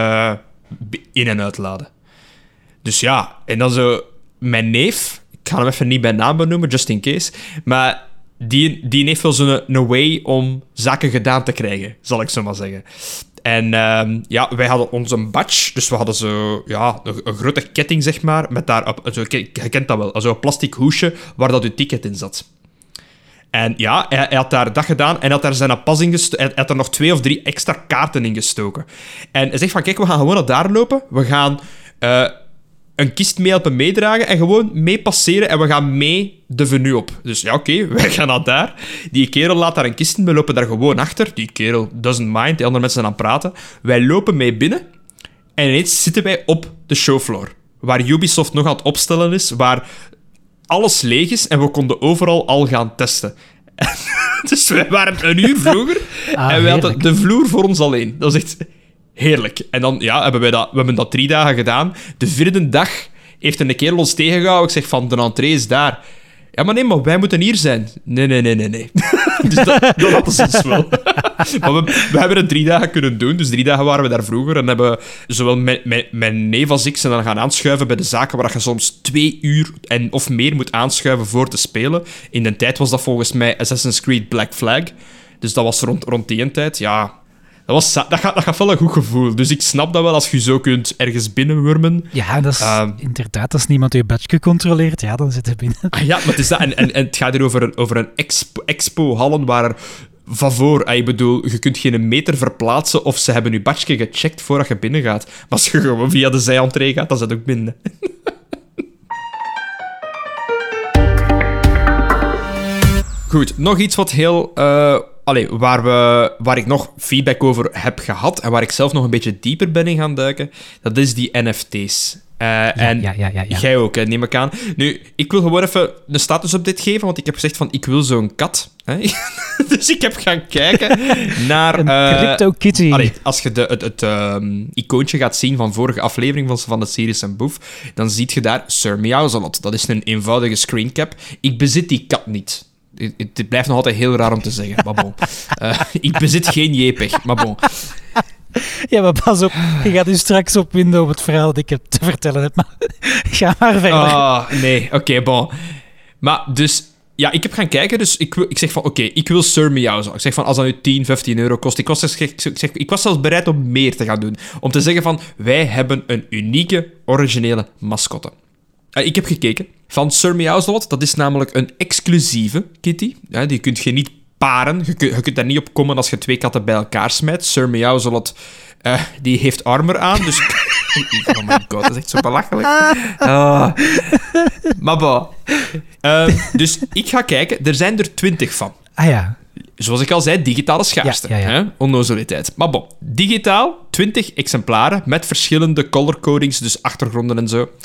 in- en uitladen. Dus ja, en dan zo... Mijn neef, ik ga hem even niet bij naam benoemen, just in case. Maar die heeft wel zo'n way om zaken gedaan te krijgen, zal ik zo maar zeggen. En wij hadden onze badge, dus we hadden zo een grote ketting, zeg maar, met daarop, je kent dat wel, zo'n plastic hoesje waar dat je ticket in zat. En ja, hij had daar dat gedaan en hij had daar zijn pas in gestoken. Hij had er nog 2 of 3 extra kaarten in gestoken. En hij zegt van, kijk, we gaan gewoon naar daar lopen, we gaan een kist mee helpen meedragen en gewoon mee passeren en we gaan mee de venue op. Dus ja, oké, wij gaan naar daar. Die kerel laat daar een kist in, we lopen daar gewoon achter. Die kerel doesn't mind, de andere mensen zijn aan het praten. Wij lopen mee binnen en ineens zitten wij op de showfloor. Waar Ubisoft nog aan het opstellen is, waar alles leeg is en we konden overal al gaan testen. Dus wij waren een uur vroeger en we hadden de vloer voor ons alleen. Dat is echt... heerlijk. En dan we hebben dat 3 dagen gedaan. De 4e dag heeft een kerel ons tegengehouden. Ik zeg van, de entree is daar. Ja, maar wij moeten hier zijn. Nee. Dus dat hadden ze ons wel. Maar we hebben het 3 dagen kunnen doen. Dus 3 dagen waren we daar vroeger. En hebben zowel mijn neef als ik zijn dan gaan aanschuiven bij de zaken waar je soms 2 uur of meer moet aanschuiven voor te spelen. In de tijd was dat volgens mij Assassin's Creed Black Flag. Dus dat was rond die tijd, ja... Dat gaf wel een goed gevoel. Dus ik snap dat wel als je zo kunt ergens binnenwurmen. Ja, dat is inderdaad, als niemand je badge controleert, ja, dan zit je binnen. Ja, maar het is dat. En het gaat hier over een expo-hallen waar er van voor... Ik bedoel, je kunt geen meter verplaatsen of ze hebben je badge gecheckt voordat je binnen gaat. Maar als je gewoon via de zij-entree gaat, dan zit het ook binnen. Goed, nog iets wat heel... waar ik nog feedback over heb gehad en waar ik zelf nog een beetje dieper ben in gaan duiken, dat is die NFT's. En jij ook, neem ik aan. Nu, ik wil gewoon even een status-update geven, want ik heb gezegd van, ik wil zo'n kat. Hè? Dus ik heb gaan kijken naar... Een Crypto Kitty. Als je het icoontje gaat zien van vorige aflevering van de series en Boef, dan zie je daar Sir Meowsalot. Dat is een eenvoudige screencap. Ik bezit die kat niet. Het blijft nog altijd heel raar om te zeggen, maar bon. Ik bezit geen JPEG, maar bon. Ja, maar pas op. Je gaat u straks opwinden op het verhaal dat ik heb te vertellen heb. Maar ga maar verder. Nee. Oké, bon. Maar dus... Ja, ik heb gaan kijken, dus ik zeg van... Oké, ik wil Sir Meowsalot. Ik zeg van, als dat nu 10, 15 euro kost... Ik was zelfs bereid om meer te gaan doen. Om te zeggen van, wij hebben een unieke, originele mascotte. Ik heb gekeken. Van Sir Meowsalot, dat is namelijk een exclusieve kitty. Ja, die kun je niet paren. Je kunt daar niet op komen als je 2 katten bij elkaar smijt. Sir Meowsalot, die heeft armor aan, dus... Oh my god, dat is echt zo belachelijk. Maar bon. Dus ik ga kijken. Er zijn er 20 van. Ah ja. Zoals ik al zei, digitale schaarste. Ja. Onnozeliteit. Maar bon, digitaal 20 exemplaren met verschillende colorcodings, dus achtergronden en zo.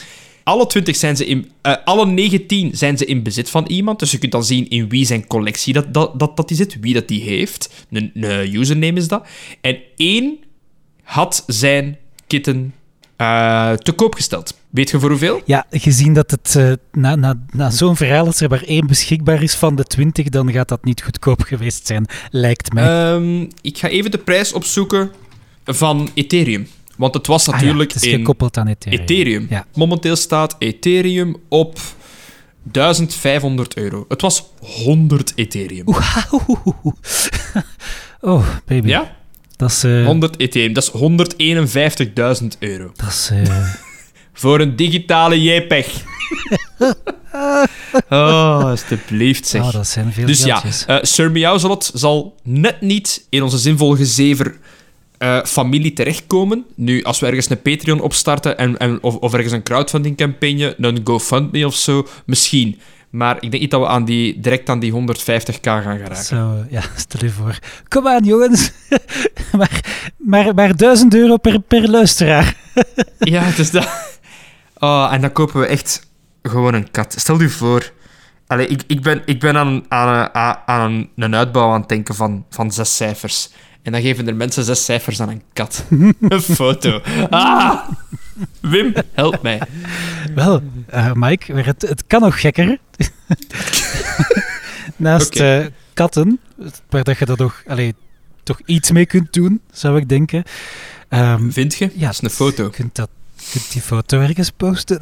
Alle 19 zijn ze in bezit van iemand. Dus je kunt dan zien in wie zijn collectie dat die zit, wie dat die heeft. Een username is dat. En 1 had zijn kitten te koop gesteld. Weet je voor hoeveel? Ja, gezien dat het na zo'n verhaal, als er maar 1 beschikbaar is van de 20, dan gaat dat niet goedkoop geweest zijn, lijkt mij. Ik ga even de prijs opzoeken van Ethereum. Want het was natuurlijk het is gekoppeld aan Ethereum. Ja. Momenteel staat Ethereum op €1.500. Het was 100 Ethereum. Oh, baby. Ja? Dat is... 100 Ethereum, dat is €151.000. Dat is... Voor een digitale JPEG. Alsjeblieft zeg. Oh, dat zijn veel dus geldjes. Ja, Sir Meowsalot zal net niet in onze zinvolge zever familie terechtkomen. Nu, als we ergens een Patreon opstarten of ergens een crowdfunding campagne, een GoFundMe of zo, misschien. Maar ik denk niet dat we direct aan die 150k gaan geraken. Zo, ja, stel je voor. Kom aan, jongens. maar €1000 per luisteraar. Ja, het is dat. Oh, en dan kopen we echt gewoon een kat. Stel je voor... Allee, ik ben aan een uitbouw aan het denken van 6 cijfers. En dan geven er mensen 6 cijfers aan een kat. Een foto. Ah! Wim, help mij. Wel, Mike, het kan nog gekker. Naast katten, waar dat je er toch iets mee kunt doen, zou ik denken. Vind je? Ja, dat is een foto. Je kunt die foto ergens posten.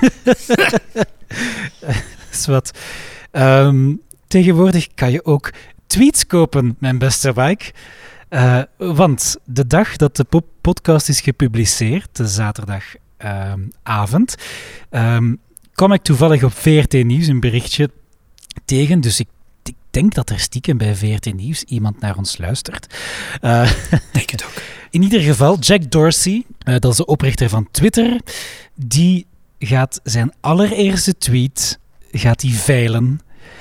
Dat is wat. Tegenwoordig kan je ook tweets kopen, mijn beste Mike. Want de dag dat de podcast is gepubliceerd, de zaterdagavond, kwam ik toevallig op VRT Nieuws een berichtje tegen. Dus ik denk dat er stiekem bij VRT Nieuws iemand naar ons luistert. Denk het ook. In ieder geval, Jack Dorsey, dat is de oprichter van Twitter, die gaat zijn allereerste tweet veilen.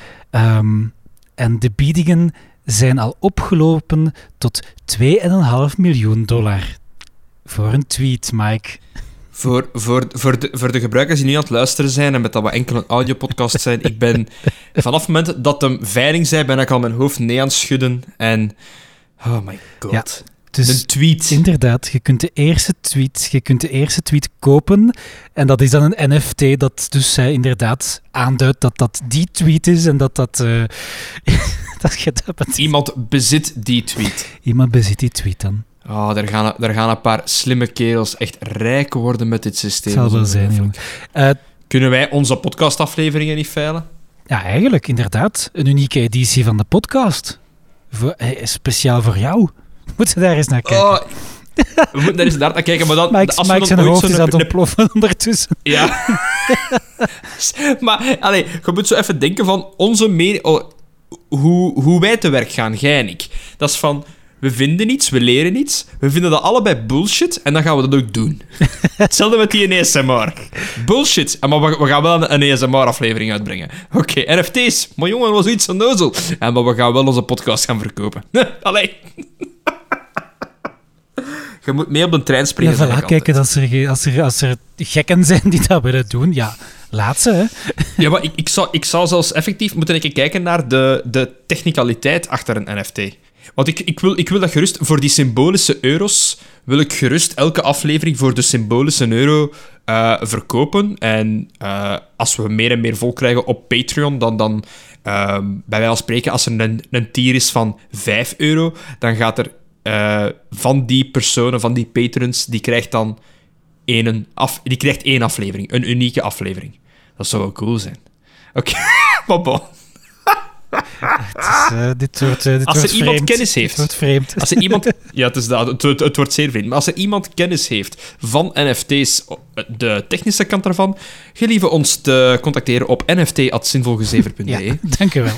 En de biedingen zijn al opgelopen tot $2,5 miljoen. Voor een tweet, Mike. Voor de gebruikers die nu aan het luisteren zijn en met dat we enkel een audiopodcast zijn, ik ben vanaf het moment dat hem veiling zei, ben ik al mijn hoofd nee aan het schudden en... Oh my god. Ja, dus een tweet. Inderdaad, je kunt de eerste tweet kopen en dat is dan een NFT dat dus inderdaad aanduidt dat dat die tweet is en dat dat je dat bent. Iemand bezit die tweet. Iemand bezit die tweet dan. Oh, daar gaan een paar slimme kerels echt rijk worden met dit systeem. Het zal wel zijn, jongen. Kunnen wij onze podcastafleveringen niet veilen? Ja, eigenlijk, inderdaad. Een unieke editie van de podcast. Speciaal voor jou. Moeten we daar eens naar kijken. Oh, we moeten daar eens naar kijken, maar dan... Mike zijn hoofd is aan het ontploffen ondertussen. Ja. Maar, je moet zo even denken van onze mening... hoe wij te werk gaan, jij en ik. Dat is van... We vinden iets, we leren iets, we vinden dat allebei bullshit en dan gaan we dat ook doen. Hetzelfde met die ASMR. Bullshit, maar we gaan wel een ASMR-aflevering uitbrengen. Oké, NFT's, maar jongen, dat was iets onnozel. Maar we gaan wel onze podcast gaan verkopen. Allee. Je moet mee op de trein springen. Ja, voilà, kijk, als er gekken zijn die dat willen doen, ja, laat ze, hè. Ja, maar ik zou zelfs effectief moeten kijken naar de technicaliteit achter een NFT. Want ik wil dat gerust, voor die symbolische euro's, wil ik gerust elke aflevering voor de symbolische euro verkopen. En als we meer en meer volk krijgen op Patreon, dan bij wijze van spreken, als er een tier is van €5, dan gaat er van die personen, van die patrons, die krijgt dan één aflevering. Een unieke aflevering. Dat zou wel cool zijn. Oké, maar bon. Dit wordt als er iemand vreemd. kennis heeft. Dit wordt vreemd. Als er iemand... Ja, het wordt zeer vreemd. Maar als er iemand kennis heeft van NFT's, de technische kant daarvan, gelieve ons te contacteren op nft@zinvolgezever.be. Ja, dank u wel.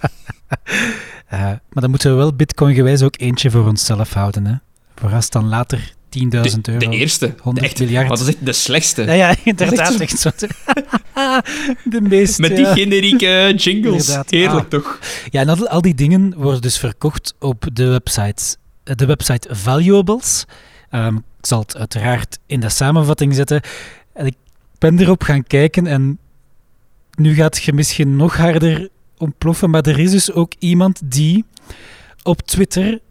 Maar dan moeten we wel bitcoin-gewijs ook eentje voor onszelf houden, hè. Voor als dan later €10.000. De eerste. 100 miljard. Maar dat is echt de slechtste. Ja, inderdaad. Echt zo. De meeste. Met die generieke jingles. Inderdaad. Heerlijk, toch? Ja, en al die dingen worden dus verkocht op de website Valuables. Ik zal het uiteraard in de samenvatting zetten. En ik ben erop gaan kijken en nu gaat je misschien nog harder ontploffen, maar er is dus ook iemand die op Twitter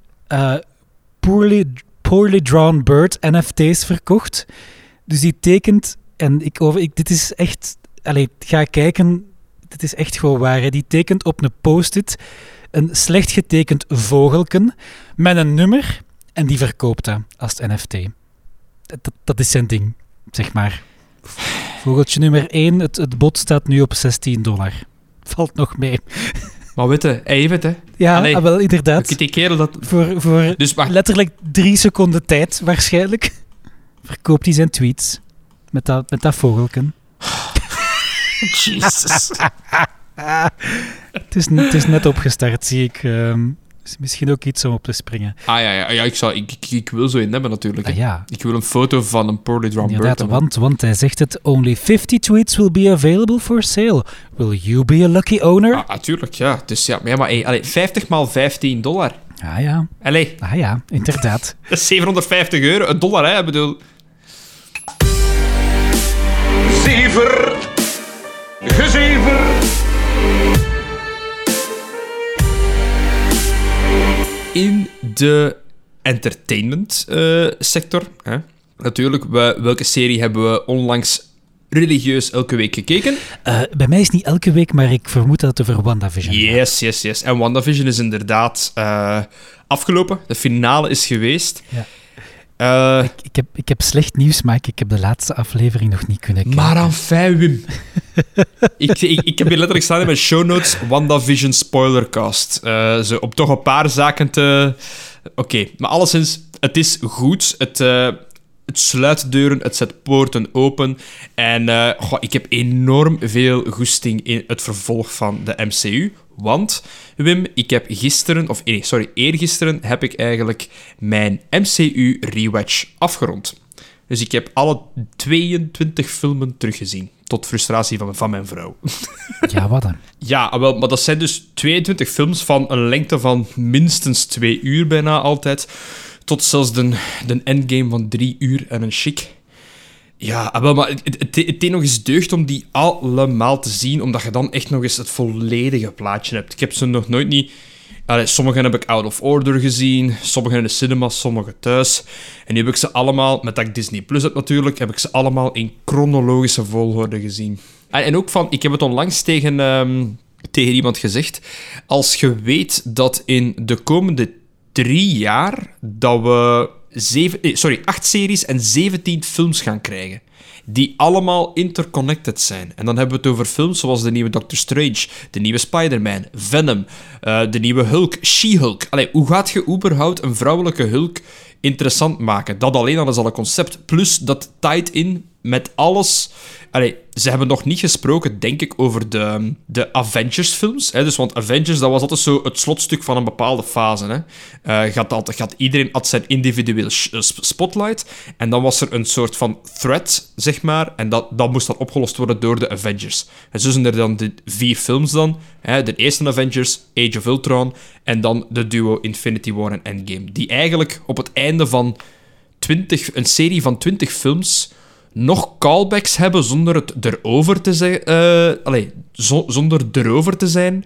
Poorly Drawn Bird NFT's verkocht. Dus die tekent, en dit is echt... ga kijken, dit is echt gewoon waar. Hè. Die tekent op een post-it een slecht getekend vogelken met een nummer en die verkoopt dat als NFT. Dat is zijn ding, zeg maar. Vogeltje nummer 1, het bod staat nu op $16. Valt nog mee. Maar weet je, even hè. Ja, wel inderdaad. Die kerel dat... Voor dus letterlijk 3 seconden tijd, waarschijnlijk, verkoopt hij zijn tweets met dat vogelken. Jezus. Het is net opgestart, zie ik. is misschien ook iets om op te springen. Ja, ik wil zo in hebben natuurlijk. Hè. Ja. Ik wil een foto van een Poorly Drum Bird. Inderdaad, want hij zegt het, only 50 tweets will be available for sale. Will you be a lucky owner? Natuurlijk, ja. Dus ja, maar hey, 50 x $15. Ah ja. Allee. Ah ja, inderdaad. Dat is €750. $1, hè, ik bedoel. Zever. Gezever. In de entertainment sector, hè. Natuurlijk, welke serie hebben we onlangs religieus elke week gekeken? Bij mij is het niet elke week, maar ik vermoed dat het over WandaVision gaat. Yes. En WandaVision is inderdaad afgelopen. De finale is geweest. Ja. Ik heb slecht nieuws, maar ik heb de laatste aflevering nog niet kunnen kijken. Maar enfin, Wim. ik heb hier letterlijk staan in mijn show notes WandaVision spoilercast. Zo, om toch een paar zaken te... Oké, maar alleszins, het is goed. Het sluit deuren, het zet poorten open. En ik heb enorm veel goesting in het vervolg van de MCU. Want, Wim, ik heb eergisteren heb ik eigenlijk mijn MCU-rewatch afgerond. Dus ik heb alle 22 filmen teruggezien. Tot frustratie van mijn vrouw. Ja, wat dan? Ja, wel, maar dat zijn dus 22 films van een lengte van minstens 2 uur bijna altijd. Tot zelfs de endgame van 3 uur en een chic. Ja, wel, maar het deed nog eens deugd om die allemaal te zien, omdat je dan echt nog eens het volledige plaatje hebt. Ik heb ze nog nooit niet... Sommige heb ik out of order gezien, sommige in de cinema, sommige thuis. En nu heb ik ze allemaal, met dat ik Disney Plus heb natuurlijk, heb ik ze allemaal in chronologische volgorde gezien. En ook van, ik heb het onlangs tegen iemand gezegd, als je weet dat in de komende 3 jaar dat we 8 series en 17 films gaan krijgen, die allemaal interconnected zijn. En dan hebben we het over films zoals de nieuwe Doctor Strange, de nieuwe Spider-Man, Venom, de nieuwe Hulk, She-Hulk. Allee, hoe gaat je überhaupt een vrouwelijke Hulk interessant maken? Dat alleen al is al een concept. Plus, dat tied in met alles... Allee, ze hebben nog niet gesproken, denk ik, over de Avengers-films. Dus, want Avengers, dat was altijd zo het slotstuk van een bepaalde fase. Hè. Iedereen had zijn individueel spotlight. En dan was er een soort van threat, zeg maar. En dat moest dan opgelost worden door de Avengers. En zo zijn er dan de 4 films dan. Hè. De eerste Avengers, Age of Ultron. En dan de duo Infinity War en Endgame. Die eigenlijk op het einde van een serie van 20 films... nog callbacks hebben zonder het erover te zijn... zonder erover te zijn...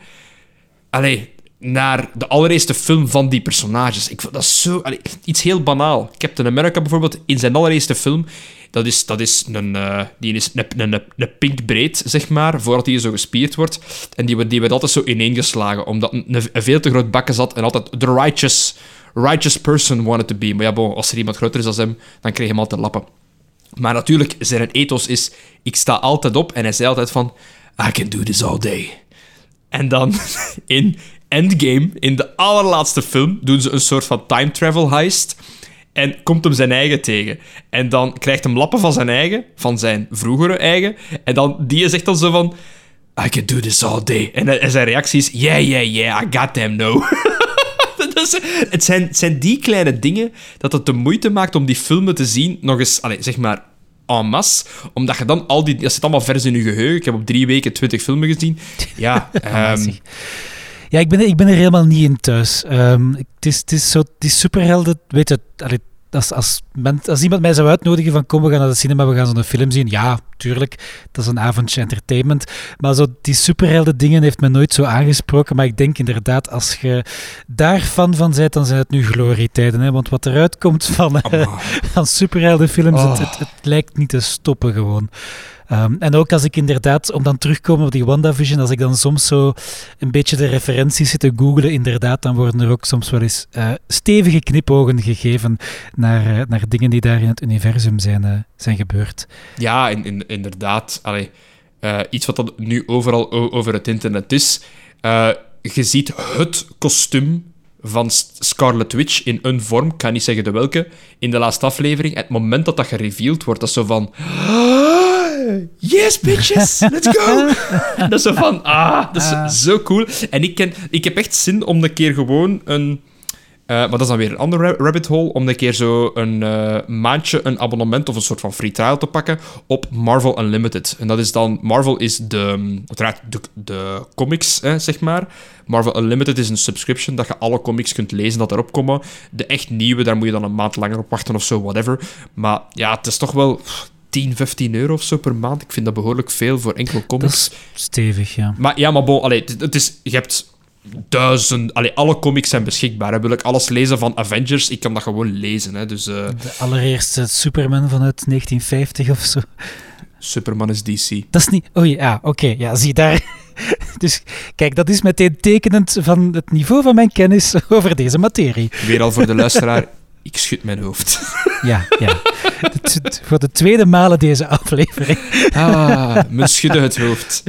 naar de allereerste film van die personages. Ik vind dat zo... iets heel banaal. Captain America bijvoorbeeld, in zijn allereerste film... Dat is een pink braid, zeg maar, voordat hij zo gespierd wordt. En die werd altijd zo ineengeslagen, omdat een veel te groot bakken zat en altijd the righteous person wanted to be. Maar ja, als er iemand groter is dan hem, dan kreeg hij hem altijd lappen. Maar natuurlijk, zijn ethos is... Ik sta altijd op. En hij zei altijd van... I can do this all day. En dan in Endgame, in de allerlaatste film, doen ze een soort van time travel heist. En komt hem zijn eigen tegen. En dan krijgt hem lappen van zijn eigen, van zijn vroegere eigen. En dan, die zegt dan zo van... I can do this all day. En zijn reactie is... Yeah, I got them, no. Het zijn die kleine dingen dat het de moeite maakt om die filmen te zien, nog eens, zeg maar, en masse. Omdat je dan dat zit allemaal vers in je geheugen. Ik heb op 3 weken 20 filmen gezien. Ja, ja, ik ben er helemaal niet in thuis. Het is superhelden, weet je... Als iemand mij zou uitnodigen van kom, we gaan naar de cinema, we gaan zo'n film zien. Ja, tuurlijk, dat is een avondje entertainment. Maar zo die superhelden dingen heeft me nooit zo aangesproken. Maar ik denk inderdaad, als je daar fan van bent, dan zijn het nu glorietijden. Hè? Want wat eruit komt van superheldenfilms, het lijkt niet te stoppen gewoon. En ook als ik inderdaad, om dan terug te komen op die WandaVision, als ik dan soms zo een beetje de referenties zit te googlen, inderdaad, dan worden er ook soms wel eens stevige knipogen gegeven naar dingen die daar in het universum zijn gebeurd. Ja, inderdaad. Iets wat dat nu overal over het internet is. Je ziet het kostuum van Scarlet Witch in een vorm, ik kan niet zeggen de welke, in de laatste aflevering. Het moment dat gereveeld wordt, dat is zo van... yes, bitches, let's go! Dat is zo van, dat is zo cool. En ik heb echt zin om een keer gewoon een... maar dat is dan weer een ander rabbit hole, om een keer zo een maandje een abonnement of een soort van free trial te pakken op Marvel Unlimited. En dat is dan... Marvel is uiteraard de comics, zeg maar. Marvel Unlimited is een subscription dat je alle comics kunt lezen dat erop komen. De echt nieuwe, daar moet je dan een maand langer op wachten of zo, whatever. Maar ja, het is toch wel 10, 15 euro of zo per maand. Ik vind dat behoorlijk veel voor enkele comics. Dat is stevig, ja. Maar bon, het is... Je hebt... alle comics zijn beschikbaar. Hè. Wil ik alles lezen van Avengers, ik kan dat gewoon lezen. Hè. Dus, de allereerste Superman vanuit 1950 of zo. Superman is DC. Dat is niet... Oh ja, oké. Ja, zie daar. Dus kijk, dat is meteen tekenend van het niveau van mijn kennis over deze materie. Weer al voor de luisteraar, ik schud mijn hoofd. Ja. Voor de tweede malen deze aflevering. Men schudde het hoofd.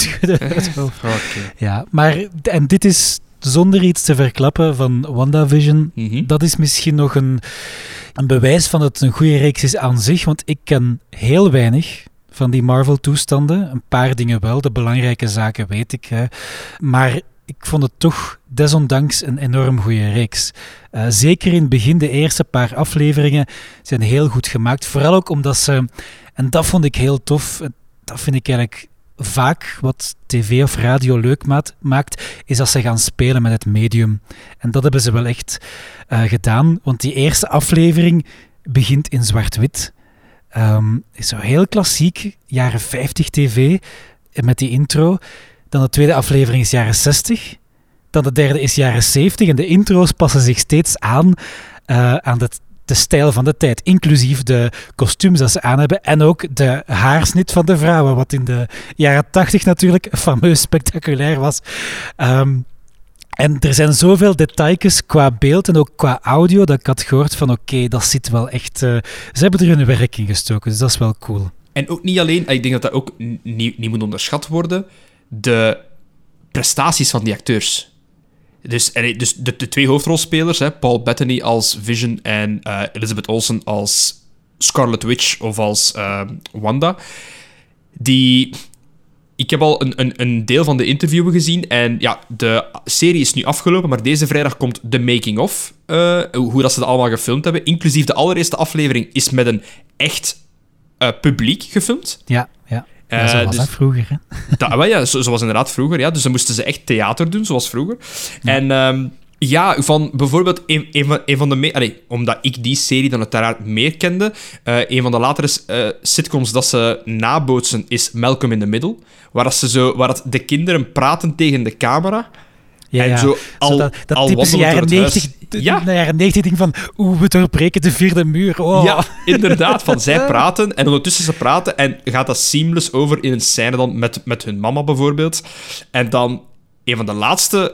Okay. Ja, maar... En dit is zonder iets te verklappen van WandaVision. Mm-hmm. Dat is misschien nog een bewijs van dat het een goede reeks is aan zich, want ik ken heel weinig van die Marvel-toestanden. Een paar dingen wel, de belangrijke zaken weet ik. Hè. Maar ik vond het toch desondanks een enorm goede reeks. Zeker in het begin, de eerste paar afleveringen zijn heel goed gemaakt. Vooral ook omdat ze, en dat vond ik heel tof, dat vind ik eigenlijk vaak wat tv of radio leuk maakt, is dat ze gaan spelen met het medium. En dat hebben ze wel echt gedaan, want die eerste aflevering begint in zwart-wit. Is zo heel klassiek, jaren 50 tv, met die intro. Dan de tweede aflevering is jaren 60. Dan de derde is jaren 70. En de intro's passen zich steeds aan de stijl van de tijd. Inclusief de kostuums dat ze aan hebben. En ook de haarsnit van de vrouwen. Wat in de jaren 80 natuurlijk fameus spectaculair was. En er zijn zoveel details qua beeld en ook qua audio dat ik had gehoord van oké, dat zit wel echt... ze hebben er hun werk in gestoken, dus dat is wel cool. En ook niet alleen, ik denk dat dat ook niet moet onderschat worden, de prestaties van die acteurs. Dus de twee hoofdrolspelers, Paul Bettany als Vision en Elizabeth Olsen als Scarlet Witch of als Wanda, Ik heb al een deel van de interviewen gezien en ja, de serie is nu afgelopen, maar deze vrijdag komt de making-of, hoe dat ze dat allemaal gefilmd hebben. Inclusief de allereerste aflevering is met een echt publiek gefilmd. Ja, zo was dat vroeger, hè? Ja, zo was inderdaad vroeger, ja. Dus dan moesten ze echt theater doen, zoals vroeger. Ja. En van bijvoorbeeld een van de... omdat ik die serie dan uiteraard meer kende, een van de latere sitcoms dat ze nabootsen is Malcolm in the Middle, waar de kinderen praten tegen de camera. Ja, en zo dat typische jaren 90, jaren 90 ding van we doorbreken de vierde muur. Oh. Ja, inderdaad. Van zij praten en ondertussen ze praten en gaat dat seamless over in een scène dan met hun mama bijvoorbeeld. En dan een van de laatste...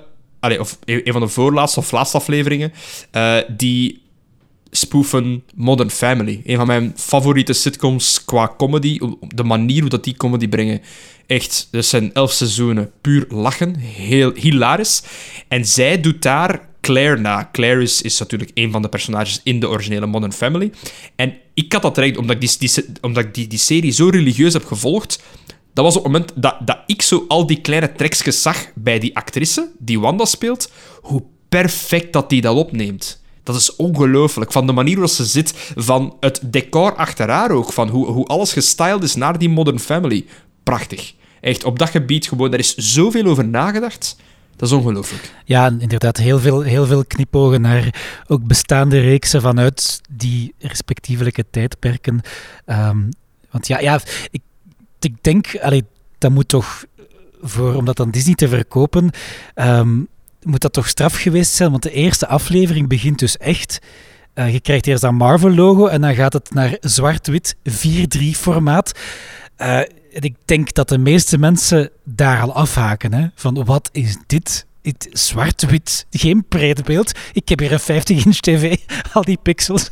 of een van de voorlaatste of laatste afleveringen, die spoofen Modern Family. Een van mijn favoriete sitcoms qua comedy. De manier hoe dat die comedy brengen. Echt, dat zijn 11 seizoenen. Puur lachen. Heel hilarisch. En zij doet daar Claire na. Claire is natuurlijk een van de personages in de originele Modern Family. En ik had dat direct, omdat ik die serie zo religieus heb gevolgd. Dat was op het moment dat ik zo al die kleine trekjes zag bij die actrice, die Wanda speelt, hoe perfect dat die dat opneemt. Dat is ongelooflijk. Van de manier waarop ze zit, van het decor achter haar ook, van hoe alles gestyled is naar die Modern Family. Prachtig. Echt, op dat gebied gewoon, daar is zoveel over nagedacht. Dat is ongelooflijk. Ja, inderdaad, heel veel knipogen naar ook bestaande reeksen vanuit die respectievelijke tijdperken. Want ik denk, dat moet toch, om dat aan Disney te verkopen, moet dat toch straf geweest zijn, want de eerste aflevering begint dus echt... je krijgt eerst dat Marvel-logo en dan gaat het naar zwart-wit 4:3-formaat. Ik denk dat de meeste mensen daar al afhaken. Hè? Van, wat is dit? Zwart-wit, geen breedbeeld. Ik heb hier een 50-inch tv, al die pixels.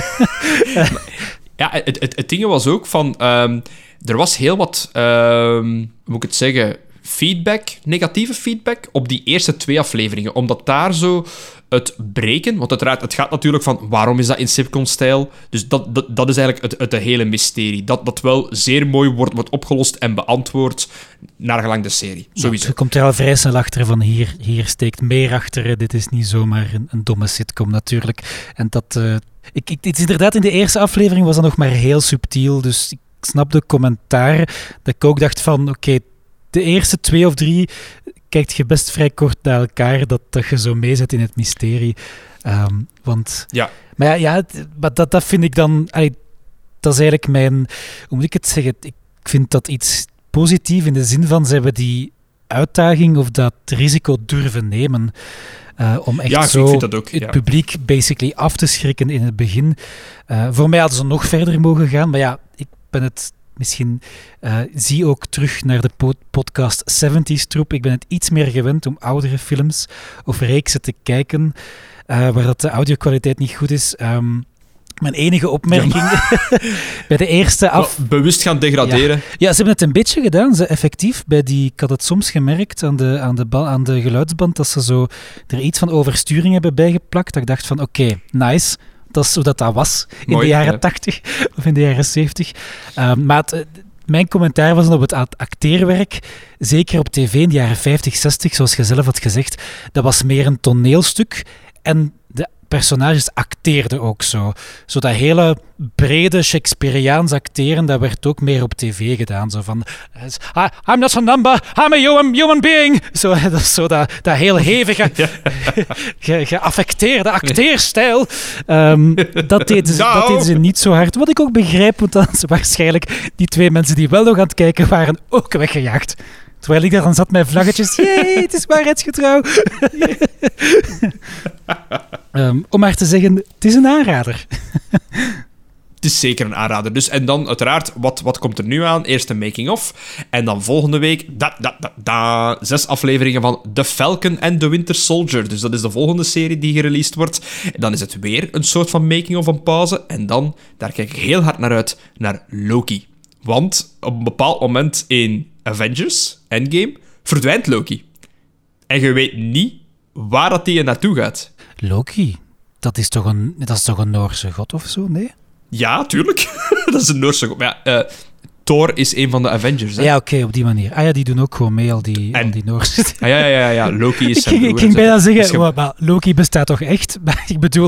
Ja, het ding was ook van... er was heel wat, hoe moet ik het zeggen, negatieve feedback op die eerste 2 afleveringen. Omdat daar zo het breken. Want uiteraard, het gaat natuurlijk van waarom is dat in sitcom-stijl? Dus dat is eigenlijk het hele mysterie. Dat wel zeer mooi wordt opgelost en beantwoord naar gelang de serie. Sowieso. Je komt er al vrij snel achter van hier steekt meer achter. Hè. Dit is niet zomaar een domme sitcom natuurlijk. En dat... Het is inderdaad, in de eerste aflevering was dat nog maar heel subtiel. Dus ik snap de commentaar dat ik ook dacht van oké, de eerste 2 of 3 kijkt je best vrij kort naar elkaar, dat je zo meezet in het mysterie. Want... Ja. Maar dat vind ik dan... dat is eigenlijk mijn... Hoe moet ik het zeggen? Ik vind dat iets positief in de zin van ze hebben die uitdaging of dat risico durven nemen. Om echt zo ik vind dat ook, het publiek basically af te schrikken in het begin. Voor mij hadden ze nog verder mogen gaan, maar ja, ik ben het misschien... zie ook terug naar de podcast 70s troep. Ik ben het iets meer gewend om oudere films of reeksen te kijken, waar dat de audio-kwaliteit niet goed is. Mijn enige opmerking bij de eerste bewust gaan degraderen. Ja, ze hebben het een beetje gedaan. Ze effectief ik had het soms gemerkt aan de geluidsband dat ze zo er iets van oversturing hebben bijgeplakt. Dat ik dacht van oké, nice. Dat is hoe dat was in de jaren 80 of in de jaren 70. Maar mijn commentaar was dan op het acteerwerk, zeker op tv in de jaren 50, 60, zoals je zelf had gezegd, dat was meer een toneelstuk en de personages acteerden ook zo. Zo dat hele brede Shakespeareaans acteren, dat werd ook meer op tv gedaan. Zo van, I'm not a number, I'm a human being. Zo dat heel hevige, geaffecteerde acteerstijl. Dat deden ze niet zo hard. Wat ik ook begrijp, want dan waarschijnlijk die 2 mensen die wel nog aan het kijken waren, ook weggejaagd. Terwijl ik daar dan zat met vlaggetjes. Jee, het is waarheidsgetrouw. Om maar te zeggen, het is een aanrader. Het is zeker een aanrader. Dus, en dan uiteraard, wat komt er nu aan? Eerst een making-of. En dan volgende week 6 afleveringen van The Falcon and the Winter Soldier. Dus dat is de volgende serie die gereleased wordt. En dan is het weer een soort van making-of, een pauze. En dan, daar kijk ik heel hard naar uit, naar Loki. Want op een bepaald moment in Avengers Endgame verdwijnt Loki. En je weet niet waar dat die naartoe gaat. Loki? Dat is toch een Noorse god of zo, nee? Ja, tuurlijk. Dat is een Noorse god. Maar ja, Thor is een van de Avengers. Hè? Ja, oké, op die manier. Ja, die doen ook gewoon mee, al die Noorse. Ja. Loki is zijn broer. Ik ging bijna zeggen, maar Loki bestaat toch echt? Maar ik bedoel,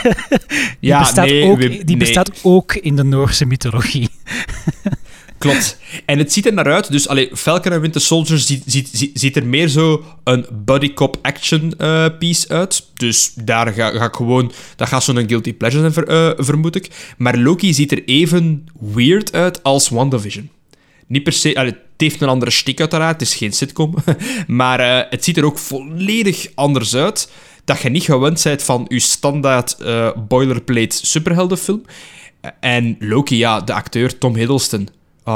die bestaat ook in de Noorse mythologie. Klopt. En het ziet er naar uit. Dus Falcon en Winter Soldier ziet er meer zo een buddy cop action piece uit. Dus daar ga ik gewoon... Dat gaat zo'n guilty pleasure zijn, vermoed ik. Maar Loki ziet er even weird uit als WandaVision. Niet per se... het heeft een andere stik uiteraard. Het is geen sitcom. Maar het ziet er ook volledig anders uit. Dat je niet gewend bent van je standaard boilerplate superheldenfilm. En Loki, ja, de acteur Tom Hiddleston...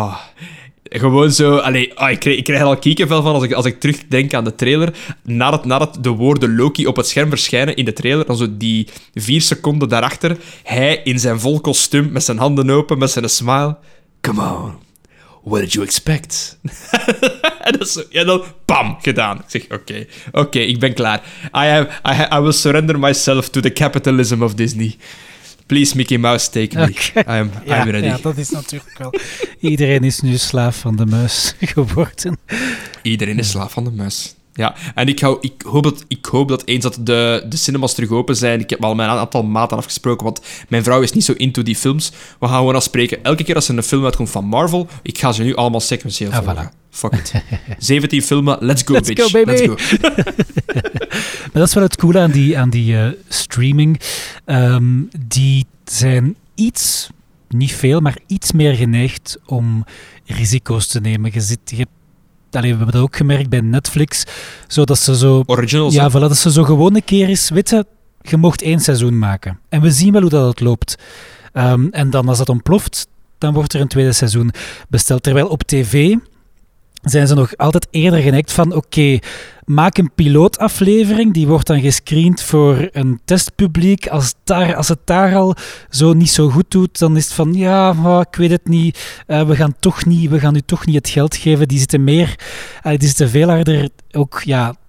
gewoon zo... ik krijg er al kiekenvel van als ik terugdenk aan de trailer. Nadat de woorden Loki op het scherm verschijnen in de trailer, dan zo die 4 seconden daarachter, hij in zijn vol kostuum, met zijn handen open, met zijn smile. Come on, what did you expect? En dat is zo, ja, dan bam, gedaan. Ik zeg, oké, ik ben klaar. I will surrender myself to the capitalism of Disney. Please, Mickey Mouse, take me. Okay. I'm ready. Ja, dat is natuurlijk wel... Iedereen is nu slaaf van de muis geworden. Iedereen is slaaf van de muis. Ja, en ik hoop dat eens dat de cinemas terug open zijn... Ik heb al mijn aantal maten afgesproken, want mijn vrouw is niet zo into die films. We gaan gewoon afspreken. Elke keer als er een film uitkomt van Marvel, ik ga ze nu allemaal sequentieel volgen. Voilà. Fuck it. 17 filmen, let's go, bitch. Go, baby. Let's go. Maar dat is wel het coole aan die streaming. Die zijn iets, niet veel, maar iets meer geneigd om risico's te nemen. We hebben dat ook gemerkt bij Netflix. Zodat ze zo... Originals. Ja, voilà, dat ze zo gewoon een keer eens... Weet je mocht 1 seizoen maken. En we zien wel hoe dat loopt. En dan als dat ontploft, dan wordt er een 2e seizoen besteld. Terwijl op tv... zijn ze nog altijd eerder geneigd van oké, maak een pilootaflevering, die wordt dan gescreend voor een testpubliek. Als het daar al zo niet zo goed doet, dan is het van ik weet het niet, we gaan u toch niet het geld geven. Die zitten veel harder ook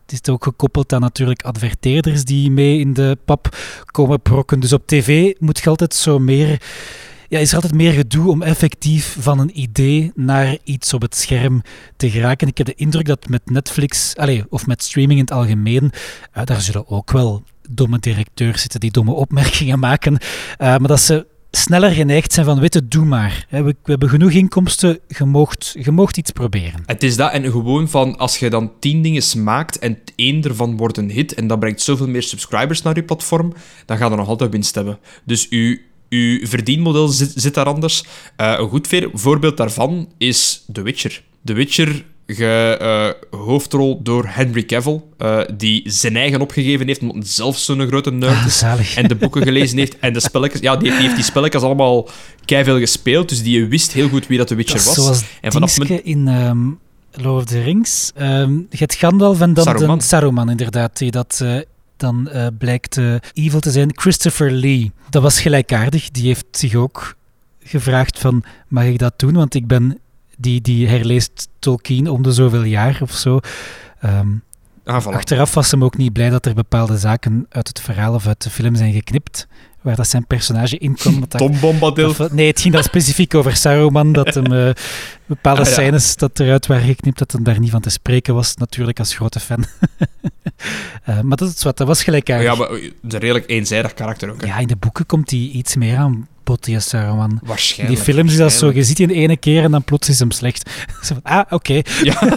is het ook gekoppeld aan natuurlijk adverteerders die mee in de pap komen brokken. Dus op tv moet je altijd zo meer... Ja, is er altijd meer gedoe om effectief van een idee naar iets op het scherm te geraken. Ik heb de indruk dat met Netflix, of met streaming in het algemeen, daar zullen ook wel domme directeurs zitten die domme opmerkingen maken, maar dat ze sneller geneigd zijn van, weet je, doe maar. We hebben genoeg inkomsten, je moogt iets proberen. Het is dat, en gewoon van, als je dan 10 dingen maakt en 1 ervan wordt een hit en dat brengt zoveel meer subscribers naar je platform, dan ga je nog altijd winst hebben. Dus uw verdienmodel zit daar anders. Een goed voorbeeld daarvan is The Witcher. The Witcher, hoofdrol door Henry Cavill, die zijn eigen opgegeven heeft, omdat hij zelf zo'n grote nerd is. Zalig. En de boeken gelezen heeft. En de spelletjes... Ja, die heeft die spelletjes allemaal keiveel gespeeld, dus die wist heel goed wie dat The Witcher was. Zoals en vanaf in Lord of the Rings. Je hebt Gandalf en dan Saruman, inderdaad, die dat... dan blijkt evil te zijn. Christopher Lee, dat was gelijkaardig. Die heeft zich ook gevraagd van, mag ik dat doen? Want ik ben... Die herleest Tolkien om de zoveel jaar of zo. Voilà. Achteraf was hem ook niet blij dat er bepaalde zaken uit het verhaal of uit de film zijn geknipt, waar dat zijn personage in kwam. Tom Bombadil. Nee, het ging dan specifiek over Saruman, dat hem bepaalde scènes dat eruit waren geknipt, dat hem daar niet van te spreken was, natuurlijk als grote fan. Maar dat was gelijkaardig. Ja, maar een redelijk eenzijdig karakter ook. Hè? Ja, in de boeken komt hij iets meer aan bod, die Saruman. Waarschijnlijk. In die films is dat zo, je ziet hij de ene keer en dan plots is hem slecht. Zo van, oké. Ja.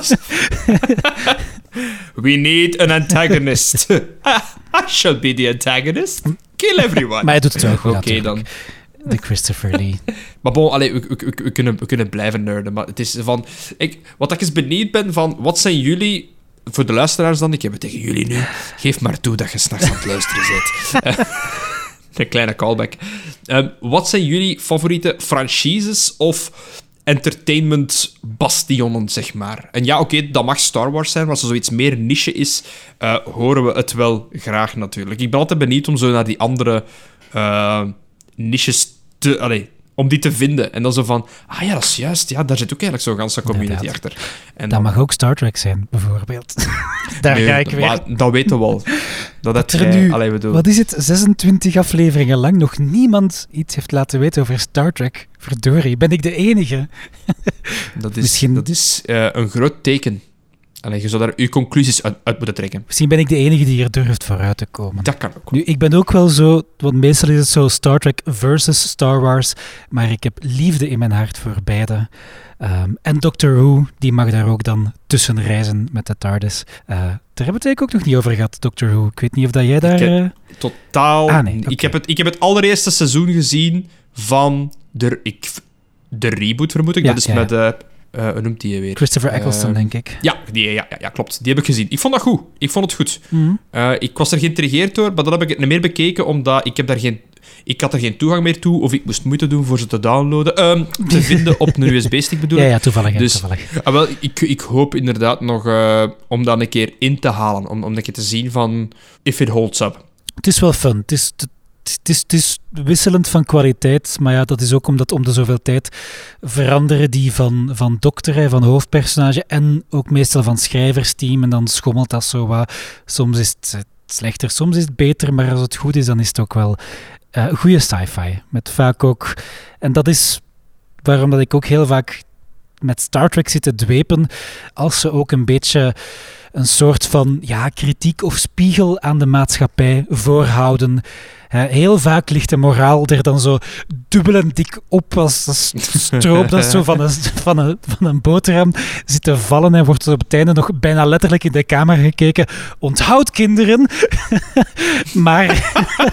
We need an antagonist. I shall be the antagonist. Kill everyone. Maar hij doet het wel goed. Oké, dan. De Christopher Lee. Maar bon, we kunnen blijven nerden. Maar het is van... Wat ik eens benieuwd ben van... Wat zijn jullie... Voor de luisteraars dan, ik heb het tegen jullie nu. Geef maar toe dat je s'nachts aan het luisteren bent. Een kleine callback. Wat zijn jullie favoriete franchises of entertainment-bastionen, zeg maar? En ja, oké, dat mag Star Wars zijn, maar als er zoiets meer niche is, horen we het wel graag natuurlijk. Ik ben altijd benieuwd om zo naar die andere niches om die te vinden. En dan zo van, ja, dat is juist. Ja, daar zit ook eigenlijk zo'n ganse community achter. En dat mag ook Star Trek zijn, bijvoorbeeld. Daar ga ik weer. Dat weten we al. Wat is het? 26 afleveringen lang nog niemand iets heeft laten weten over Star Trek. Verdorie, ben ik de enige? Dat is een groot teken. Je zou daar je conclusies uit moeten trekken. Misschien ben ik de enige die er durft vooruit te komen. Dat kan ook. Nu, ik ben ook wel zo, want meestal is het zo Star Trek versus Star Wars, maar ik heb liefde in mijn hart voor beide. En Doctor Who, die mag daar ook dan tussen reizen met de TARDIS. Daar hebben we het eigenlijk ook nog niet over gehad, Doctor Who. Ik weet niet of dat jij daar... Totaal... nee, okay. Ik heb het allereerste seizoen gezien van de reboot, vermoed ik. Ja, dat is met... hoe noemt die weer? Christopher Eccleston, denk ik. Ja, klopt. Die heb ik gezien. Ik vond dat goed. Ik vond het goed. Mm-hmm. Ik was er geïntrigeerd door, maar dan heb ik het niet meer bekeken, omdat ik had er geen toegang meer toe, of ik moest moeite doen voor ze te downloaden. Te vinden op een USB-stick bedoel ik. Ja, toevallig. Dus, toevallig. Wel, ik hoop inderdaad nog om dat een keer in te halen. Om een keer te zien van if it holds up. Het is wel fun. Het is wisselend van kwaliteit, maar ja, dat is ook omdat om de zoveel tijd veranderen die van dokter, van hoofdpersonage en ook meestal van schrijversteam en dan schommelt dat zo wat. Soms is het slechter, soms is het beter, maar als het goed is, dan is het ook wel goede sci-fi. Met vaak ook... En dat is waarom dat ik ook heel vaak met Star Trek zit te dwepen, als ze ook een beetje een soort van kritiek of spiegel aan de maatschappij voorhouden. Heel vaak ligt de moraal er dan zo dubbel en dik op als stroop dat zo van een boterham zit te vallen en wordt er op het einde nog bijna letterlijk in de camera gekeken. Onthoud, kinderen! Maar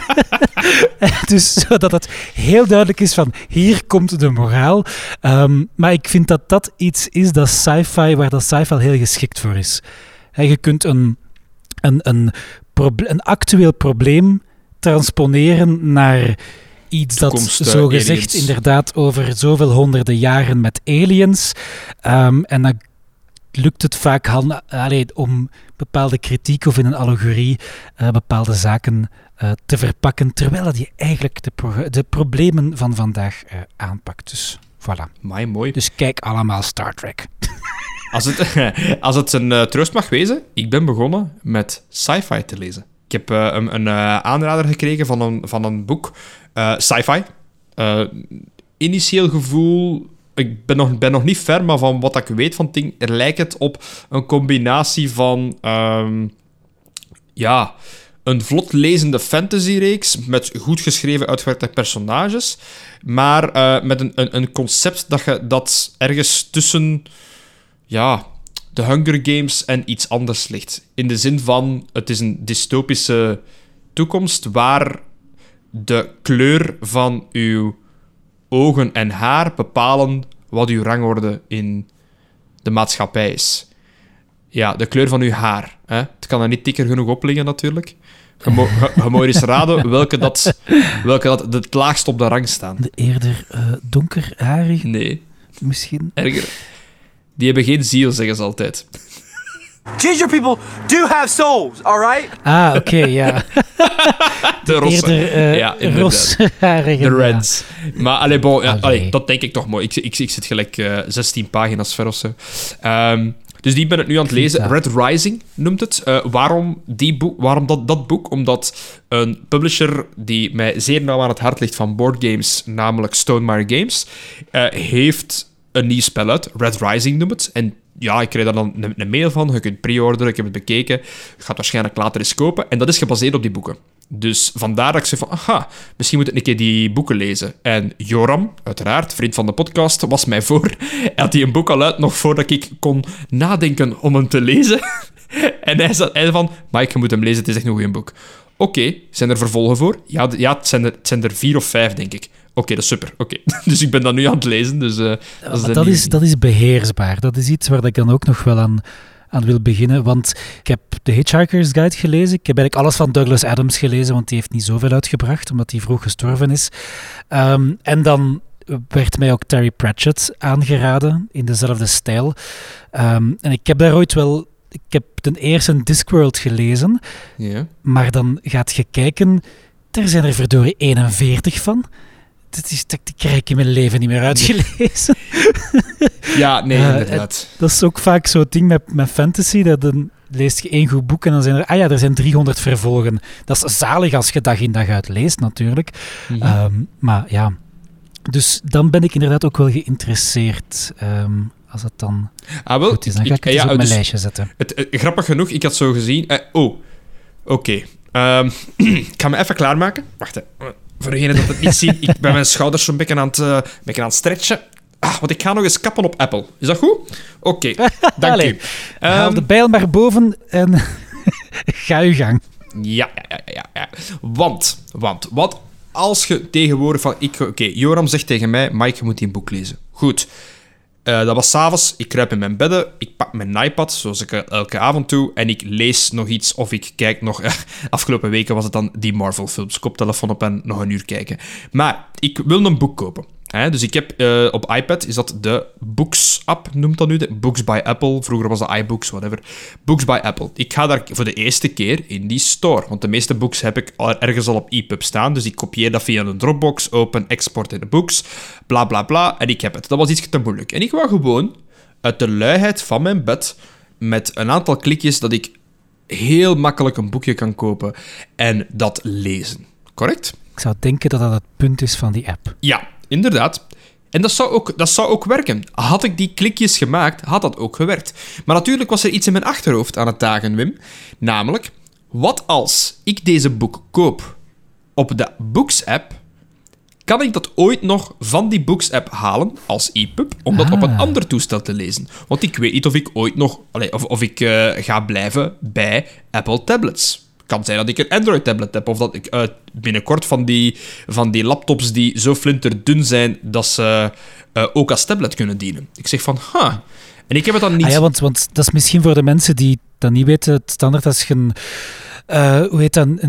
dus zodat het heel duidelijk is van hier komt de moraal. Maar ik vind dat iets is dat sci-fi, waar dat sci-fi heel geschikt voor is. Je kunt een actueel probleem transponeren naar iets dat zogezegd inderdaad over zoveel honderden jaren met aliens. En dan lukt het vaak om bepaalde kritiek of in een allegorie bepaalde zaken te verpakken, terwijl dat je eigenlijk de problemen van vandaag aanpakt. Dus voilà. Mooi. Dus kijk allemaal Star Trek. Als het een troost mag wezen, ik ben begonnen met sci-fi te lezen. Ik heb een aanrader gekregen van een boek, sci-fi. Initieel gevoel... Ik ben nog niet ver, maar van wat ik weet van het ding, er lijkt het op een combinatie van... een vlot lezende fantasyreeks met goed geschreven, uitgewerkte personages, maar met een concept dat ergens tussen de Hunger Games en iets anders ligt. In de zin van, het is een dystopische toekomst waar de kleur van uw ogen en haar bepalen wat uw rangorde in de maatschappij is. Ja, de kleur van uw haar. Hè? Het kan er niet dikker genoeg op liggen, natuurlijk. Je moet eens raden welke dat het laagst op de rang staan. De eerder donkerharig? Nee. Misschien? Erger. Die hebben geen ziel, zeggen ze altijd. Ginger people do have souls, alright? Ah, oké, ja. De rosse. Eerder rosharige. De Reds. Ja. Maar dat denk ik toch mooi. Ik zit gelijk 16 pagina's ver of zo. Dus die ben ik nu aan het lezen. Red Rising noemt het. Waarom dat boek? Omdat een publisher die mij zeer nauw aan het hart ligt van boardgames, namelijk Stonemaier Games, heeft een nieuw spel uit. Red Rising noemt het. En ja, ik kreeg daar dan een mail van. Je kunt pre-orderen, ik heb het bekeken. Je gaat waarschijnlijk later eens kopen. En dat is gebaseerd op die boeken. Dus vandaar dat ik zei van, misschien moet ik een keer die boeken lezen. En Joram, uiteraard, vriend van de podcast, was mij voor. Hij had die een boek al uit, nog voordat ik kon nadenken om hem te lezen. En hij zei van, Mike, je moet hem lezen, het is echt nog een boek. Oké, zijn er vervolgen voor? Ja, het zijn er 4 of 5, denk ik. Oké, dat is super. Oké. Dus ik ben dat nu aan het lezen. Dus, dat is beheersbaar. Dat is iets waar ik dan ook nog wel aan wil beginnen. Want ik heb The Hitchhiker's Guide gelezen. Ik heb eigenlijk alles van Douglas Adams gelezen, want die heeft niet zoveel uitgebracht, omdat hij vroeg gestorven is. En dan werd mij ook Terry Pratchett aangeraden, in dezelfde stijl. En ik heb daar ooit wel... Ik heb ten eerste Discworld gelezen, maar dan gaat je kijken, er zijn er verdorie 41 van. Die krijg ik in mijn leven niet meer uitgelezen. Ja, nee, inderdaad. Dat is ook vaak zo'n ding met fantasy, dat dan leest je 1 goed boek en dan zijn er zijn 300 vervolgen. Dat is zalig als je dag in dag uit leest, natuurlijk. Mm-hmm. Maar ja, dus dan ben ik inderdaad ook wel geïnteresseerd. Als het dan goed is, dan ga ik het op mijn lijstje zetten. Grappig genoeg, ik had zo gezien... Oké. Ik ga me even klaarmaken. Wacht, voor degenen dat het niet zien, ik ben mijn schouders zo'n beetje aan het stretchen. Want ik ga nog eens kappen op Apple. Is dat goed? Oké, dank u. Haal de bijl maar boven en ga je gang. Ja. Want wat als je tegenwoordig van... Joram zegt tegen mij, Mike, je moet die een boek lezen. Goed. Dat was 's avonds. Ik kruip in mijn bedden. Ik pak mijn iPad, zoals ik elke avond doe. En ik lees nog iets of ik kijk nog... afgelopen weken was het dan die Marvel-films. Koptelefoon op en nog een uur kijken. Maar ik wil een boek kopen. Dus ik heb op iPad, is dat de Books-app, noemt dat nu? De Books by Apple. Vroeger was dat iBooks, whatever. Books by Apple. Ik ga daar voor de eerste keer in die store. Want de meeste books heb ik ergens al op EPUB staan. Dus ik kopieer dat via een Dropbox, open, export in de books, bla bla bla. En ik heb het. Dat was iets te moeilijk. En ik wou gewoon uit de luiheid van mijn bed, met een aantal klikjes, dat ik heel makkelijk een boekje kan kopen en dat lezen. Correct? Ik zou denken dat dat het punt is van die app. Ja, inderdaad. En dat zou ook werken. Had ik die klikjes gemaakt, had dat ook gewerkt. Maar natuurlijk was er iets in mijn achterhoofd aan het dagen, Wim. Namelijk, wat als ik deze boek koop op de Books-app, kan ik dat ooit nog van die Books-app halen als EPUB, om dat op een ander toestel te lezen? Want ik weet niet of ik ooit nog... Of ik ga blijven bij Apple tablets. Het kan zijn dat ik een Android-tablet heb, of dat ik binnenkort van die laptops die zo flinterdun zijn dat ze ook als tablet kunnen dienen. Ik zeg van, En ik heb het dan niet... want dat is misschien voor de mensen die dat niet weten, het standaard als je een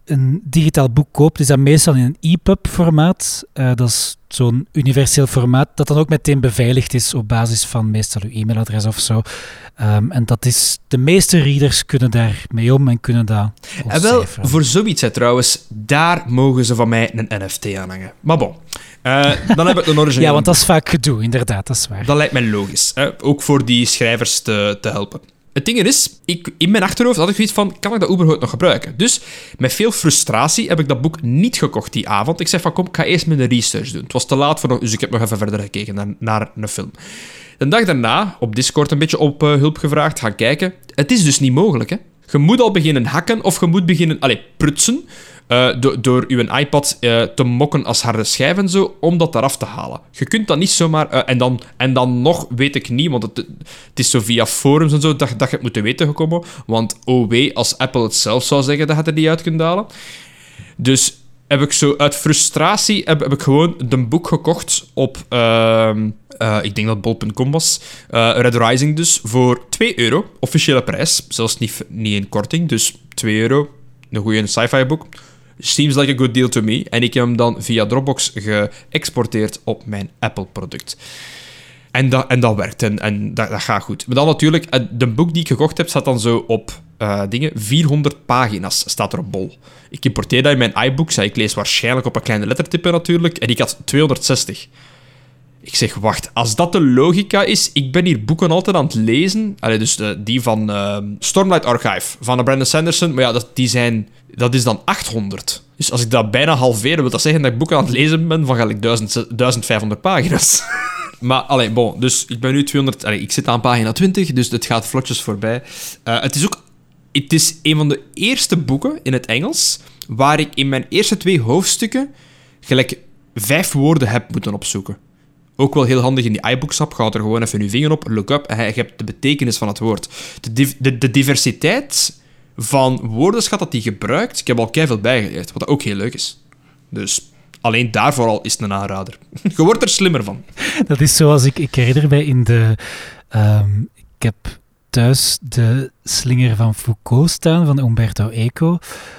een digitaal boek koopt, is dat meestal in een EPUB-formaat. Dat is zo'n universeel formaat dat dan ook meteen beveiligd is op basis van meestal uw e-mailadres of zo. En dat is... De meeste readers kunnen daarmee om en kunnen dat ontcijferen. Voor zoiets, hè, trouwens, daar mogen ze van mij een NFT aan hangen. Maar bon, dan heb ik een origineel. Ja, want dat is vaak gedoe, inderdaad, dat is waar. Dat lijkt mij logisch. Ook voor die schrijvers te helpen. Het ding is, in mijn achterhoofd had ik zoiets van, kan ik dat überhaupt nog gebruiken? Dus met veel frustratie heb ik dat boek niet gekocht die avond. Ik zei van, kom, ik ga eerst mijn research doen. Het was te laat, dus ik heb nog even verder gekeken naar een film. De dag daarna, op Discord een beetje op hulp gevraagd, gaan kijken. Het is dus niet mogelijk, hè. Je moet al beginnen hacken of je moet beginnen prutsen door je iPad te mokken als harde schijf en zo, om dat eraf te halen. Je kunt dat niet zomaar... en dan nog weet ik niet, want het is zo via forums en zo dat je het moet te weten gekomen. Want oh wee, als Apple het zelf zou zeggen dat je er niet uit kunt halen. Dus heb ik zo uit frustratie heb ik gewoon een boek gekocht op... ik denk dat bol.com was. Red Rising dus, voor €2. Officiële prijs. Zelfs niet in korting, dus €2. Een goede sci-fi boek. Seems like a good deal to me. En ik heb hem dan via Dropbox geëxporteerd op mijn Apple-product. En dat werkt. En dat gaat goed. Maar dan natuurlijk, de boek die ik gekocht heb, staat dan zo op 400 pagina's staat er op bol. Ik importeer dat in mijn iBooks. Ik lees waarschijnlijk op een kleine lettertype natuurlijk. En ik had 260. Ik zeg, wacht, als dat de logica is... Ik ben hier boeken altijd aan het lezen. Dus die van Stormlight Archive, van Brandon Sanderson. Maar ja, dat is dan 800. Dus als ik dat bijna halveer, wil dat zeggen dat ik boeken aan het lezen ben van gelijk 1500 pagina's. Maar, bon, dus ik ben nu 200... ik zit aan pagina 20, dus het gaat vlotjes voorbij. Het is een van de eerste boeken in het Engels waar ik in mijn eerste 2 hoofdstukken gelijk 5 woorden heb moeten opzoeken. Ook wel heel handig in die iBooks-app. Ga er gewoon even je vinger op, look up, en je hebt de betekenis van het woord. De diversiteit van woordenschat dat hij gebruikt, ik heb al keiveel bijgeleerd, wat ook heel leuk is. Dus alleen daarvoor al is het een aanrader. Je wordt er slimmer van. Dat is zoals ik herinner mij in de... ik heb thuis de Slinger van Foucault staan, van Umberto Eco.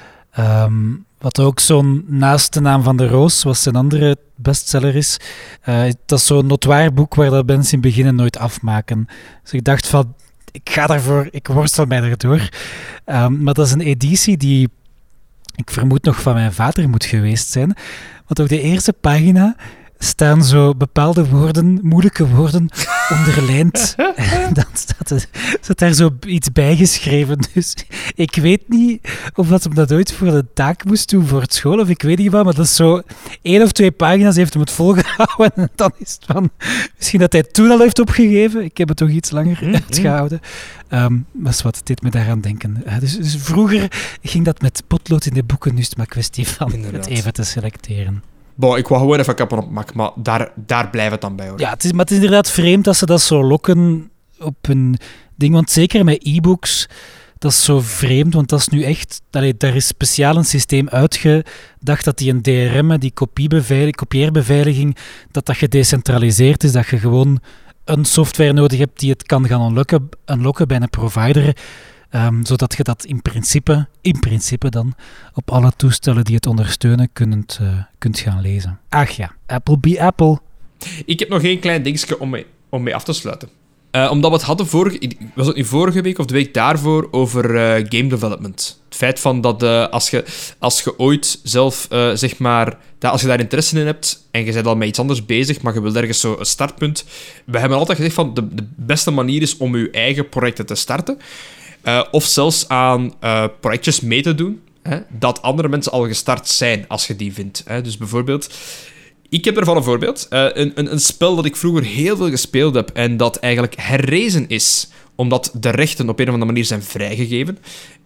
Wat ook zo'n naast de naam van de Roos, wat zijn andere bestseller is. Dat is zo'n notoir boek waar dat mensen in het begin nooit afmaken. Dus ik dacht van, ik ga daarvoor, ik worstel mij erdoor. Maar dat is een editie die ik vermoed nog van mijn vader moet geweest zijn. Want op de eerste pagina staan zo bepaalde woorden, moeilijke woorden, onderlijnd. En dan staat daar zo iets bijgeschreven. Dus ik weet niet of dat hem dat ooit voor de taak moest doen voor het school, of ik weet niet wat, maar dat is zo 1 of 2 pagina's heeft hem het volgehouden. En dan is het van... Misschien dat hij het toen al heeft opgegeven. Ik heb het toch iets langer uitgehouden. Maar wat, het deed me daaraan denken. Dus vroeger ging dat met potlood in de boeken, nu is het maar kwestie van het even te selecteren. Bon, ik wou gewoon even kappen op Mac, maar daar blijft het dan bij, hoor. Ja, het is inderdaad vreemd dat ze dat zo lokken op een ding, want zeker met e-books, dat is zo vreemd, want dat is nu echt... daar is speciaal een systeem uitgedacht dat die een DRM, die kopieerbeveiliging, dat gedecentraliseerd is, dat je gewoon een software nodig hebt die het kan gaan unlocken bij een provider, zodat je dat in principe dan op alle toestellen die het ondersteunen kunt gaan lezen. Ach ja, Apple be Apple. Ik heb nog één klein dingetje om mee af te sluiten. Omdat we het hadden was het nu vorige week of de week daarvoor over game development. Het feit van dat als je ooit zelf, zeg maar, als je daar interesse in hebt en je bent al met iets anders bezig, maar je wil ergens zo een startpunt. We hebben altijd gezegd van de beste manier is om je eigen projecten te starten. Of zelfs aan projectjes mee te doen, dat andere mensen al gestart zijn, als je die vindt. Dus bijvoorbeeld... Ik heb ervan een voorbeeld. Een spel dat ik vroeger heel veel gespeeld heb en dat eigenlijk herrezen is, omdat de rechten op een of andere manier zijn vrijgegeven.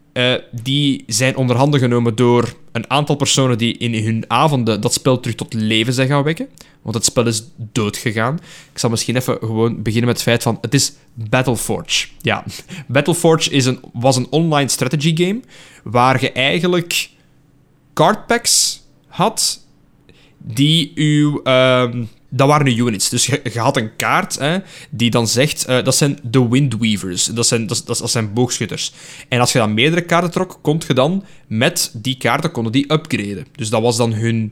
Die zijn onder handen genomen door een aantal personen die in hun avonden dat spel terug tot leven zijn gaan wekken. Want het spel is doodgegaan. Ik zal misschien even gewoon beginnen met het feit van... Het is Battleforge. Ja, Battleforge was een online strategy game waar je eigenlijk cardpacks had die uw dat waren nu units. Dus je had een kaart die dan zegt... dat zijn de Windweavers. Dat zijn boogschutters. En als je dan meerdere kaarten trok, kon je dan met die kaarten konden die upgraden. Dus dat was dan hun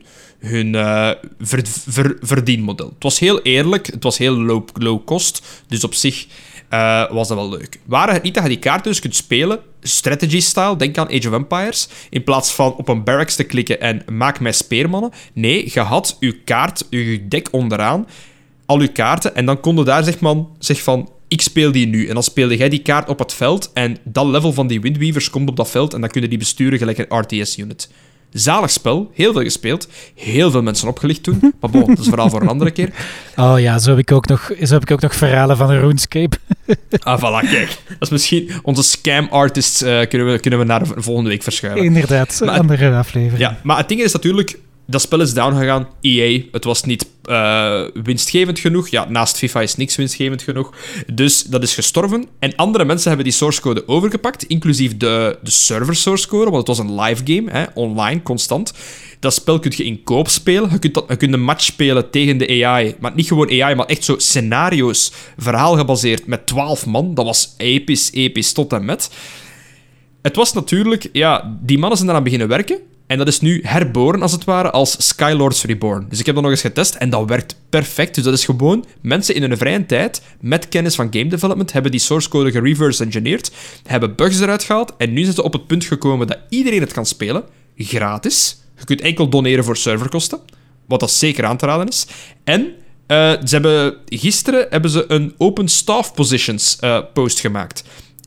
verdienmodel. Het was heel eerlijk. Het was heel low cost. Dus op zich was dat wel leuk. Waren het niet dat je die kaarten dus kunt spelen... strategy-style, denk aan Age of Empires, in plaats van op een barracks te klikken en maak mij speermannen. Nee, je had je kaart, je deck onderaan, al je kaarten, en dan kon je daar zeg van, ik speel die nu. En dan speelde jij die kaart op het veld, en dat level van die Windweavers komt op dat veld, en dan kun je die besturen gelijk een RTS-unit. Zalig spel, heel veel gespeeld, heel veel mensen opgelicht toen, maar bon, dat is vooral voor een andere keer. Oh ja, zo heb ik ook nog verhalen van RuneScape. Ah, voilà, kijk. Dat is misschien onze scam artists kunnen we naar de volgende week verschuiven. Inderdaad, een andere aflevering. Ja, maar het ding is natuurlijk, dat spel is down gegaan. EA, het was niet winstgevend genoeg. Ja, naast FIFA is niks winstgevend genoeg. Dus dat is gestorven. En andere mensen hebben die source code overgepakt, inclusief de server source code, want het was een live game, online, constant. Dat spel kun je in koop spelen. Je kunt een match spelen tegen de AI. Maar niet gewoon AI, maar echt zo scenario's, verhaal gebaseerd met 12 man. Dat was episch tot en met. Het was natuurlijk... Ja, die mannen zijn eraan beginnen werken. En dat is nu herboren, als het ware, als Skylords Reborn. Dus ik heb dat nog eens getest en dat werkt perfect. Dus dat is gewoon mensen in hun vrije tijd, met kennis van game development, hebben die source code gereverse-engineerd, hebben bugs eruit gehaald en nu zijn ze op het punt gekomen dat iedereen het kan spelen, gratis. Je kunt enkel doneren voor serverkosten, wat dat zeker aan te raden is. En gisteren hebben ze een Open Staff Positions post gemaakt.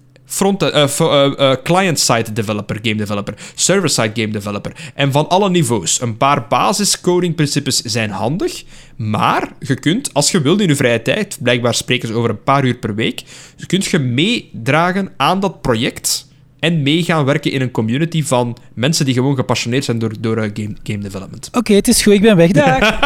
Client-side developer, game developer, server-side game developer. En van alle niveaus. Een paar basis-coding-principes zijn handig, maar je kunt, als je wilt in je vrije tijd, blijkbaar spreken ze over een paar uur per week, dus kun je meedragen aan dat project en mee gaan werken in een community van mensen die gewoon gepassioneerd zijn door game development. Oké, het is goed, ik ben weg. Dag.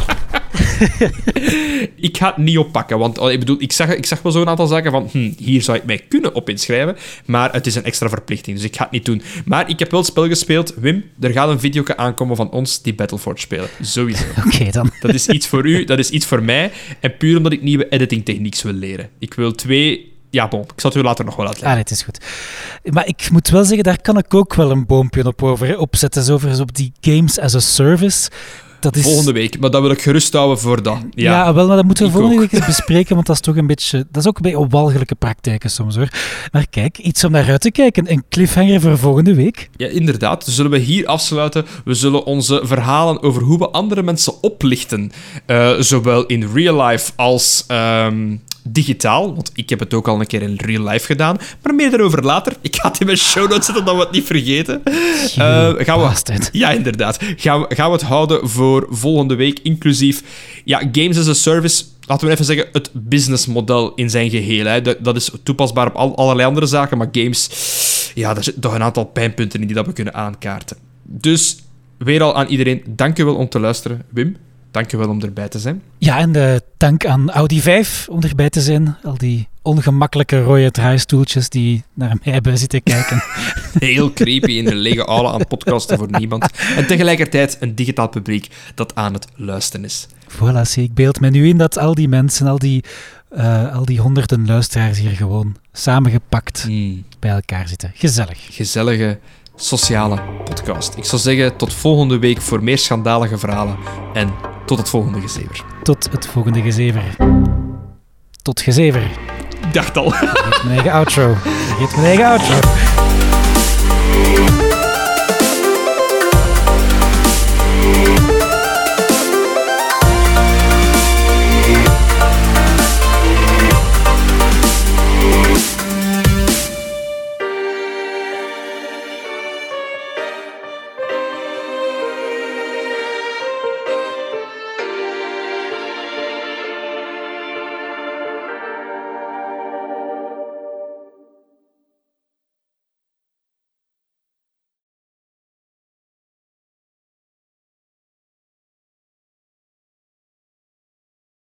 Ik ga het niet oppakken, want ik bedoel, ik zag wel zo'n aantal zaken van hier zou ik mij kunnen op inschrijven, maar het is een extra verplichting, dus ik ga het niet doen. Maar ik heb wel het spel gespeeld. Wim, er gaat een video aankomen van ons die Battleforge spelen. Sowieso. Oké, dan. Dat is iets voor u, dat is iets voor mij, en puur omdat ik nieuwe editing techniques wil leren. Ik wil 2... Ja, bon, ik zal het u later nog wel uitleggen. Het is goed. Maar ik moet wel zeggen, daar kan ik ook wel een boompje opzetten. Zo op die games as a service. Dat is... Volgende week, maar dat wil ik gerust houden voor dat. Ja, wel, maar dat moeten we volgende week eens bespreken, want dat is toch een beetje... Dat is ook een beetje walgelijke praktijken soms, hoor. Maar kijk, iets om naar uit te kijken. Een cliffhanger voor volgende week. Ja, inderdaad. Dus zullen we hier afsluiten. We zullen onze verhalen over hoe we andere mensen oplichten, zowel in real life als... digitaal, want ik heb het ook al een keer in real life gedaan, maar meer daarover later. Ik ga het in mijn show notes zetten, dat we het niet vergeten. Ja, inderdaad. Gaan we het houden voor volgende week, inclusief Games as a Service. Laten we even zeggen, het businessmodel in zijn geheel. Hè. Dat is toepasbaar op allerlei andere zaken, maar games... Ja, daar zitten toch een aantal pijnpunten in die dat we kunnen aankaarten. Dus, weer al aan iedereen, dank je wel om te luisteren. Wim, dank je wel om erbij te zijn. Ja, en dank aan Audi 5 om erbij te zijn. Al die ongemakkelijke rode draaistoeltjes die naar mij hebben zitten kijken. Heel creepy in de lege aula aan podcasten voor niemand. En tegelijkertijd een digitaal publiek dat aan het luisteren is. Voilà, zie, ik beeld me nu in dat al die mensen, al die honderden luisteraars hier gewoon samengepakt bij elkaar zitten. Gezellig. Gezellige sociale podcast. Ik zou zeggen, tot volgende week voor meer schandalige verhalen. En tot het volgende gezever. Tot het volgende gezever. Tot gezever. Ik dacht al. Vergeet mijn eigen outro.